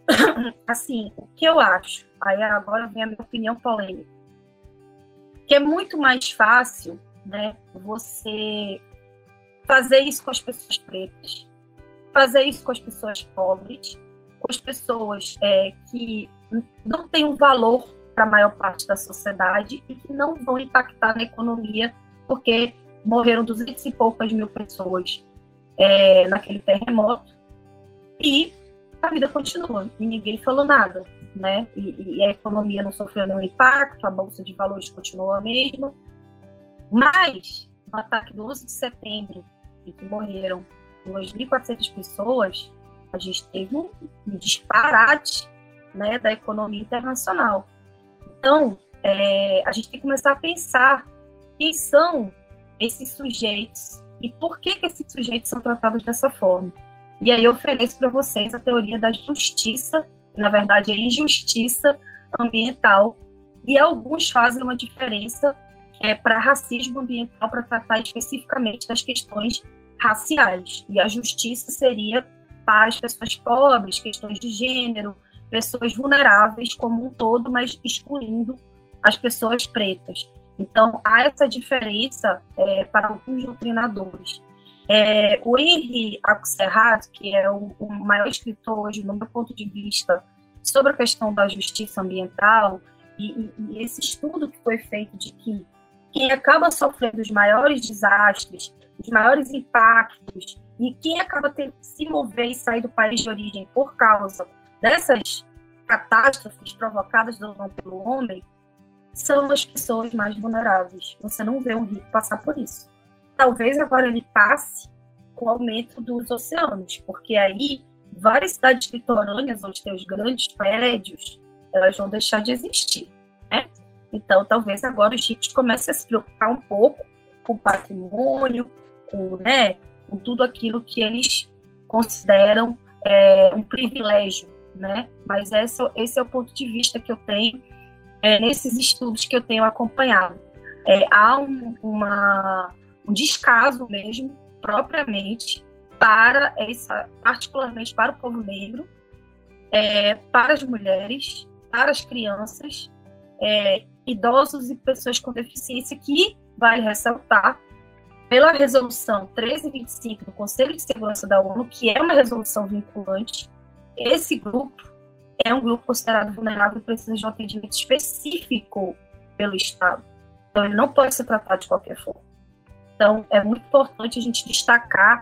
assim, o que eu acho, aí agora vem a minha opinião polêmica, que é muito mais fácil, né, você fazer isso com as pessoas pretas, fazer isso com as pessoas pobres, com as pessoas que não têm um valor para a maior parte da sociedade e que não vão impactar na economia, porque morreram 200 e poucas mil pessoas naquele terremoto, e a vida continua, e ninguém falou nada, né? E a economia não sofreu nenhum impacto, a bolsa de valores continuou a mesma, mas no ataque do 11 de setembro, em que morreram 2.400 pessoas, a gente teve um disparate, né, da economia internacional. Então, a gente tem que começar a pensar quem são esses sujeitos e por que esses sujeitos são tratados dessa forma. E aí eu ofereço para vocês a teoria da justiça, que na verdade é injustiça ambiental, e alguns fazem uma diferença para racismo ambiental, para tratar especificamente das questões raciais. E a justiça seria para as pessoas pobres, questões de gênero, pessoas vulneráveis como um todo, mas excluindo as pessoas pretas. Então, há essa diferença para alguns doutrinadores. O Henri Axelrad, que é o maior escritor hoje, no meu ponto de vista, sobre a questão da justiça ambiental, e esse estudo que foi feito de que quem acaba sofrendo os maiores desastres, os maiores impactos, e quem acaba tendo que se mover e sair do país de origem por causa dessas catástrofes provocadas pelo homem, são as pessoas mais vulneráveis. Você não vê um rico passar por isso. Talvez agora ele passe com o aumento dos oceanos, porque aí várias cidades litorâneas, onde tem os grandes prédios, elas vão deixar de existir, né? Então, talvez agora os ricos comecem a se preocupar um pouco com o patrimônio, com tudo aquilo que eles consideram um privilégio, né? Mas esse é o ponto de vista que eu tenho nesses estudos que eu tenho acompanhado. Há um descaso mesmo, propriamente, particularmente para o povo negro, para as mulheres, para as crianças, idosos e pessoas com deficiência, que, vale ressaltar, pela resolução 1325 do Conselho de Segurança da ONU, que é uma resolução vinculante, esse grupo é um grupo considerado vulnerável e precisa de um atendimento específico pelo Estado. Então, ele não pode ser tratado de qualquer forma. Então, é muito importante a gente destacar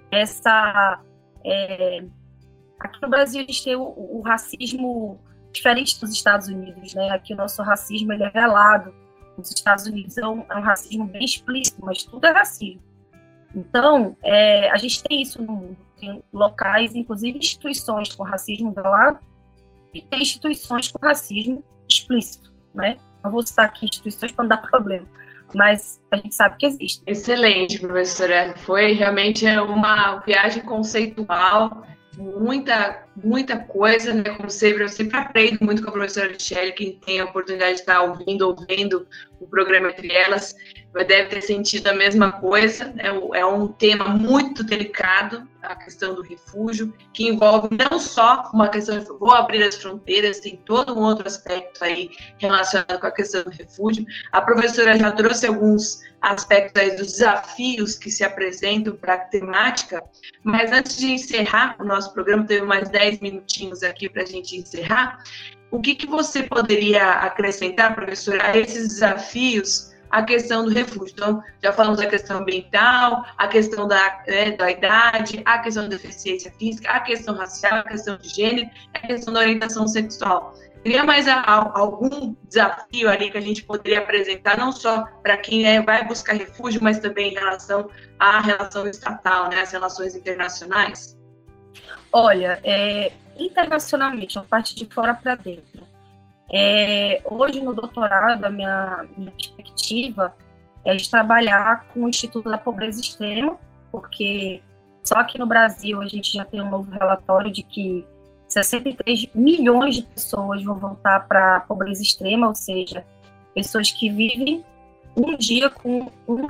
aqui no Brasil, a gente tem o racismo diferente dos Estados Unidos, né? Aqui o nosso racismo ele é velado. Nos Estados Unidos é um racismo bem explícito, mas tudo é racismo. Então, a gente tem isso no mundo. Tem locais, inclusive instituições com racismo velado, e tem instituições com racismo explícito, né? Não vou citar aqui instituições para não dar problema, mas a gente sabe que existe. Excelente, professora. Foi realmente uma viagem conceitual, muita coisa, né? Como sempre, eu sempre aprendo muito com a professora Michele. Quem tem a oportunidade de estar ouvindo ou vendo o programa Entre Elas deve ter sentido a mesma coisa. É um tema muito delicado, a questão do refúgio, que envolve não só uma questão de vou abrir as fronteiras, tem todo um outro aspecto aí relacionado com a questão do refúgio. A professora já trouxe alguns aspectos aí dos desafios que se apresentam para a temática, mas antes de encerrar o nosso programa, teve mais 10 minutinhos aqui para a gente encerrar. O que você poderia acrescentar, professora, a esses desafios, a questão do refúgio? Então, já falamos da questão ambiental, a questão da idade, a questão da deficiência física, a questão racial, a questão de gênero, a questão da orientação sexual. Teria mais algum desafio ali que a gente poderia apresentar, não só para quem vai buscar refúgio, mas também em relação à relação estatal, né, as relações internacionais? Olha, internacionalmente, a parte de fora para dentro. Hoje, no doutorado, a minha perspectiva é de trabalhar com o Instituto da Pobreza Extrema, porque só aqui no Brasil a gente já tem um novo relatório de que 63 milhões de pessoas vão voltar para a pobreza extrema, ou seja, pessoas que vivem um dia com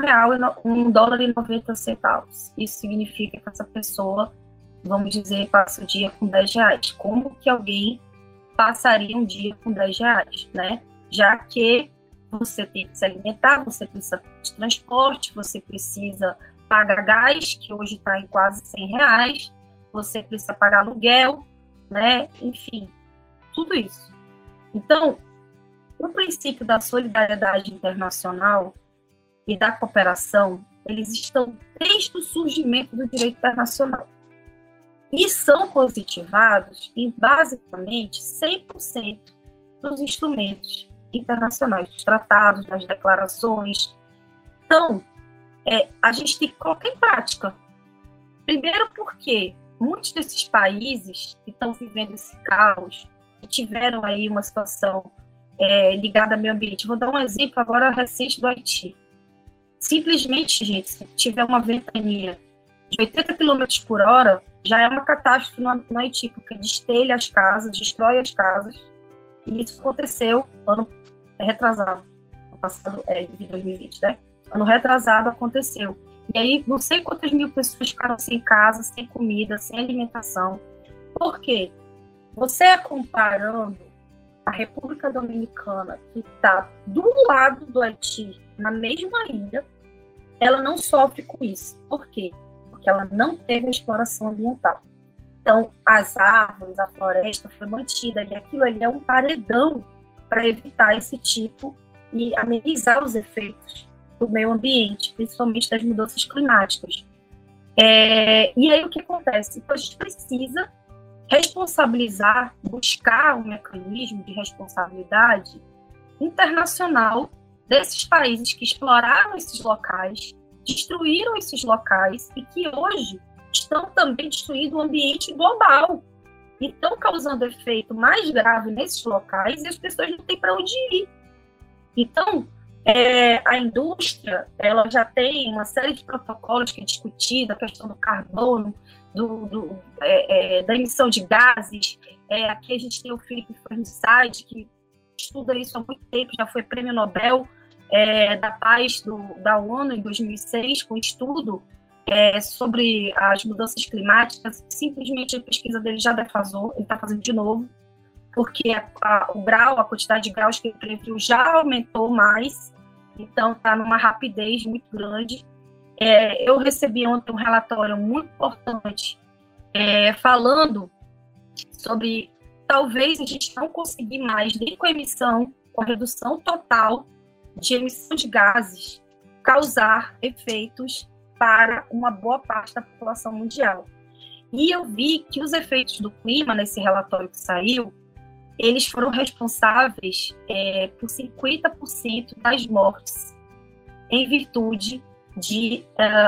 $1,90. Isso significa que essa pessoa, vamos dizer, passa o dia com R$10. Como que alguém passaria um dia com R$10, né? Já que você tem que se alimentar, você precisa de transporte, você precisa pagar gás, que hoje está em quase R$100, você precisa pagar aluguel, né? Enfim, tudo isso. Então, o princípio da solidariedade internacional e da cooperação, eles estão desde o surgimento do direito internacional e são positivados em basicamente 100% dos instrumentos internacionais, dos tratados, das declarações. Então, a gente tem que colocar em prática. Primeiro porque muitos desses países que estão vivendo esse caos, que tiveram aí uma situação ligada ao meio ambiente. Vou dar um exemplo agora recente do Haiti. Simplesmente, gente, se tiver uma ventania de 80 km por hora, já é uma catástrofe no Haiti, porque destelha as casas, destrói as casas. E isso aconteceu ano retrasado, no passado de 2020, né? Ano retrasado aconteceu. E aí, não sei quantas mil pessoas ficaram sem casa, sem comida, sem alimentação. Por quê? Você comparando a República Dominicana, que está do lado do Haiti, na mesma ilha, ela não sofre com isso. Por quê? Porque ela não teve a exploração ambiental. Então, as árvores, a floresta foi mantida, e aquilo ali é um paredão para evitar esse tipo e amenizar os efeitos do meio ambiente, principalmente das mudanças climáticas. E aí o que acontece? Então, a gente precisa responsabilizar, buscar um mecanismo de responsabilidade internacional desses países que exploraram esses locais, destruíram esses locais e que hoje estão também destruindo o ambiente global e estão causando efeito mais grave nesses locais e as pessoas não têm para onde ir. Então, a indústria ela já tem uma série de protocolos que é discutida, a questão do carbono, da emissão de gases. Aqui a gente tem o Philip Fernside, que estuda isso há muito tempo, já foi prêmio Nobel da Paz da ONU em 2006, com estudo sobre as mudanças climáticas. Simplesmente a pesquisa dele já defasou, ele está fazendo de novo, porque a quantidade de graus que ele previu já aumentou mais, então está numa rapidez muito grande. Eu recebi ontem um relatório muito importante falando sobre talvez a gente não conseguir mais, nem com a redução total de emissão de gases, causar efeitos para uma boa parte da população mundial. E eu vi que os efeitos do clima, nesse relatório que saiu, eles foram responsáveis por 50% das mortes em virtude de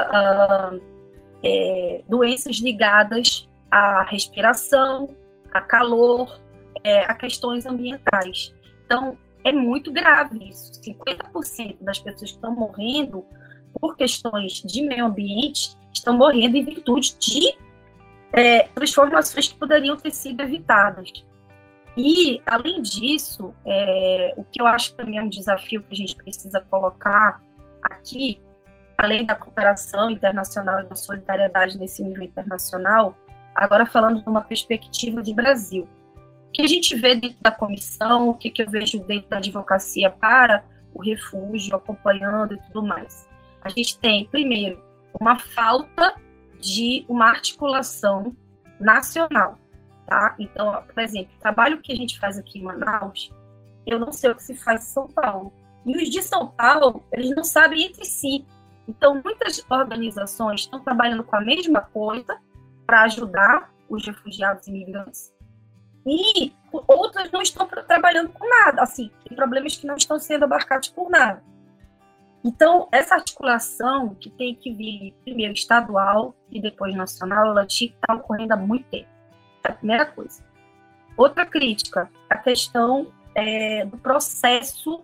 doenças ligadas à respiração, a calor, a questões ambientais. Então, é muito grave isso. 50% das pessoas que estão morrendo por questões de meio ambiente estão morrendo em virtude de transformações que poderiam ter sido evitadas. E, além disso, o que eu acho também é um desafio que a gente precisa colocar aqui, além da cooperação internacional e da solidariedade nesse nível internacional, agora falando de uma perspectiva de Brasil. O que a gente vê dentro da comissão, o que eu vejo dentro da advocacia para o refúgio, acompanhando e tudo mais. A gente tem, primeiro, uma falta de uma articulação nacional. Tá? Então, por exemplo, o trabalho que a gente faz aqui em Manaus, eu não sei o que se faz em São Paulo. E os de São Paulo, eles não sabem entre si. Então, muitas organizações estão trabalhando com a mesma coisa para ajudar os refugiados e imigrantes. E outras não estão trabalhando com nada. Assim, tem problemas que não estão sendo abarcados por nada. Então, essa articulação que tem que vir primeiro estadual e depois nacional, ela tinha que estar ocorrendo há muito tempo. É a primeira coisa. Outra crítica, a questão do processo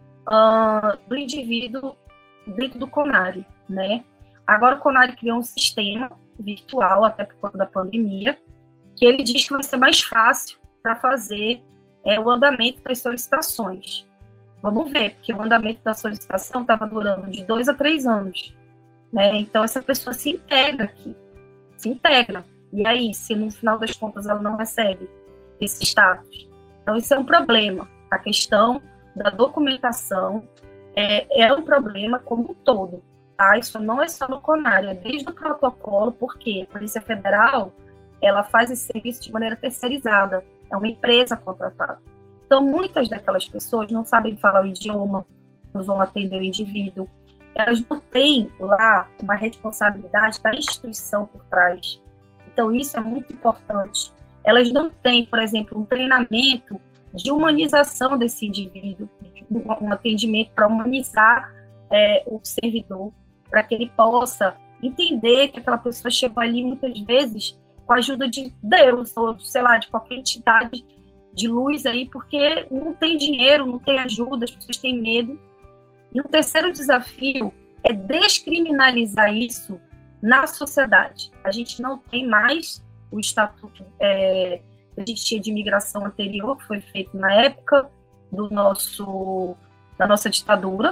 do indivíduo dentro do CONARE, né? Agora o CONARE criou um sistema virtual, até por conta da pandemia, que ele diz que vai ser mais fácil para fazer o andamento das solicitações. Vamos ver, porque o andamento da solicitação estava durando de 2 a 3 anos, né? Então essa pessoa se integra aqui, se integra. E aí, se no final das contas ela não recebe esse status? Então isso é um problema. A questão da documentação é um problema como um todo. Tá? Isso não é só no CONARE, é desde o protocolo, porque a Polícia Federal ela faz esse serviço de maneira terceirizada, é uma empresa contratada. Então, muitas daquelas pessoas não sabem falar o idioma, não vão atender o indivíduo, elas não têm lá uma responsabilidade da instituição por trás. Então, isso é muito importante. Elas não têm, por exemplo, um treinamento de humanização desse indivíduo, um atendimento para humanizar o servidor, para que ele possa entender que aquela pessoa chegou ali muitas vezes com a ajuda de Deus, ou sei lá, de qualquer entidade de luz aí, porque não tem dinheiro, não tem ajuda, as pessoas têm medo. E o terceiro desafio é descriminalizar isso na sociedade. A gente não tem mais o estatuto que a gente tinha de imigração anterior, que foi feito na época da nossa ditadura.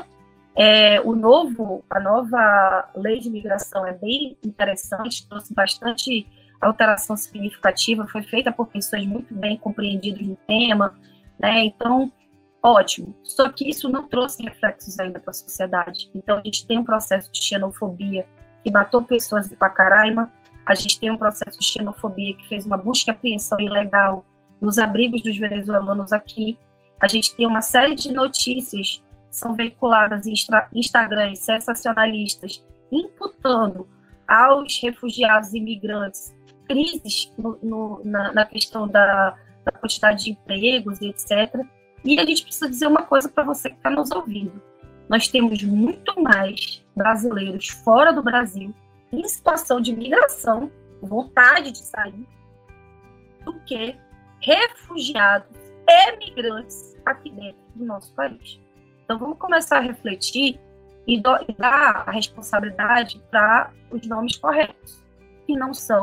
A nova lei de imigração é bem interessante, trouxe bastante alteração significativa, foi feita por pessoas muito bem compreendidas no tema, né? Então, ótimo. Só que isso não trouxe reflexos ainda para a sociedade. Então, a gente tem um processo de xenofobia que matou pessoas em Pacaraima, a gente tem um processo de xenofobia que fez uma busca e apreensão ilegal nos abrigos dos venezuelanos aqui, a gente tem uma série de notícias que são veiculadas em Instagrams sensacionalistas, imputando aos refugiados e imigrantes crises na questão da quantidade de empregos e etc. E a gente precisa dizer uma coisa para você que está nos ouvindo. Nós temos muito mais brasileiros fora do Brasil, em situação de migração, vontade de sair, do que refugiados e migrantes aqui dentro do nosso país. Então, vamos começar a refletir e dar a responsabilidade para os nomes corretos, que não são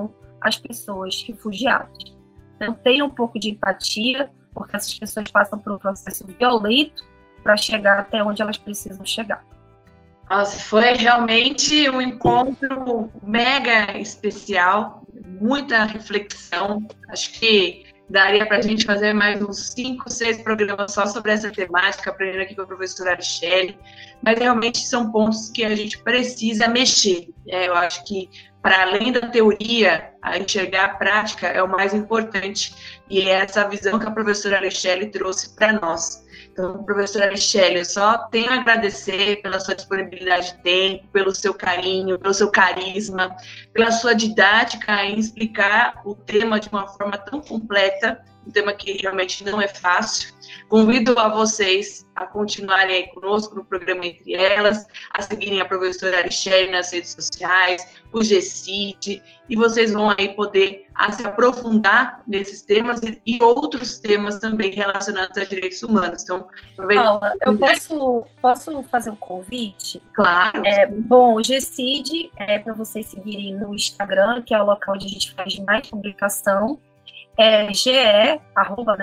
as pessoas refugiadas. Então, tenha um pouco de empatia, porque essas pessoas passam por um processo violento para chegar até onde elas precisam chegar. Nossa, foi realmente um encontro mega especial, muita reflexão. Acho que daria para a gente fazer mais uns 5, 6 programas só sobre essa temática, aprendendo aqui com a professora Arichelle, mas realmente são pontos que a gente precisa mexer. Eu acho que, para além da teoria, a enxergar a prática é o mais importante, e é essa visão que a professora Arichelle trouxe para nós. Então, professora Arichelle, eu só tenho a agradecer pela sua disponibilidade de tempo, pelo seu carinho, pelo seu carisma, pela sua didática em explicar o tema de uma forma tão completa, um tema que realmente não é fácil. Convido a vocês a continuarem aí conosco no programa Entre Elas, a seguirem a professora Arichelle nas redes sociais, o GCID, e vocês vão aí poder se aprofundar nesses temas e outros temas também relacionados a direitos humanos. Então, Paula, eu posso fazer um convite? Claro. Bom, o GCID é para vocês seguirem no Instagram, que é o local onde a gente faz mais publicação. arroba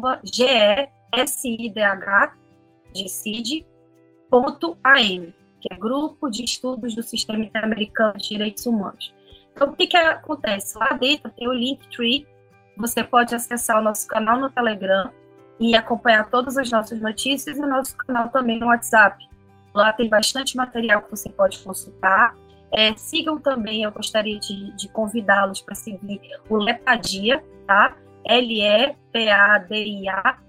GESIDH.am, que é Grupo de Estudos do Sistema Interamericano de Direitos Humanos. Então, o que acontece? Lá dentro tem o Linktree, você pode acessar o nosso canal no Telegram e acompanhar todas as nossas notícias, e o nosso canal também no WhatsApp. Lá tem bastante material que você pode consultar. Sigam também, eu gostaria de convidá-los para seguir o Lepadia, tá? LEPADIA,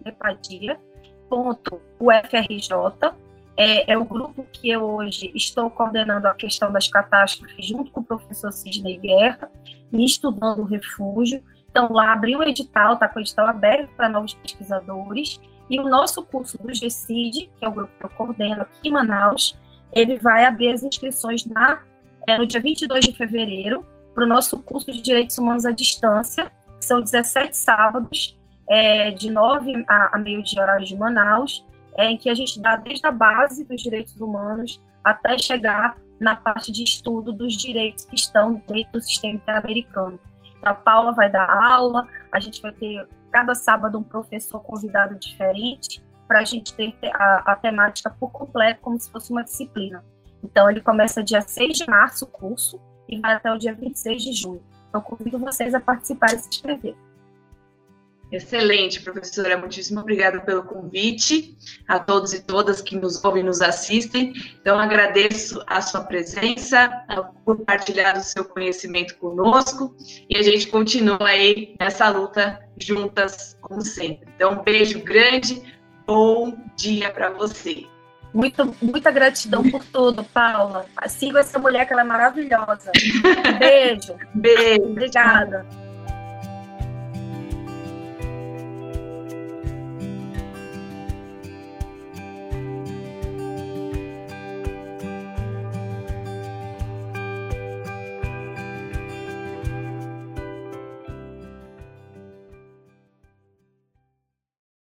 Lepadia.ufrj. É o grupo que eu hoje estou coordenando a questão das catástrofes junto com o professor Sidney Guerra e estudando o refúgio. Então, lá abriu o edital, está com o edital aberto para novos pesquisadores, e o nosso curso do GCID, que é o grupo que eu coordeno aqui em Manaus, ele vai abrir as inscrições no dia 22 de fevereiro para o nosso curso de Direitos Humanos à Distância, que são 17 sábados, de 9 a meio-dia, horário de Manaus, em que a gente dá desde a base dos direitos humanos até chegar na parte de estudo dos direitos que estão dentro do sistema interamericano. Então, a Paula vai dar aula, a gente vai ter cada sábado um professor convidado diferente, para a gente ter a temática por completo, como se fosse uma disciplina. Então, ele começa dia 6 de março o curso e vai até o dia 26 de junho. Então, convido vocês a participar e se inscrever. Excelente, professora. Muitíssimo obrigada pelo convite, a todos e todas que nos ouvem e nos assistem. Então, agradeço a sua presença, por compartilhar o seu conhecimento conosco, e a gente continua aí nessa luta juntas, como sempre. Então, um beijo grande, bom dia para você. Muita gratidão por tudo, Paula. Siga essa mulher, que ela é maravilhosa. Beijo. Beijo. Obrigada.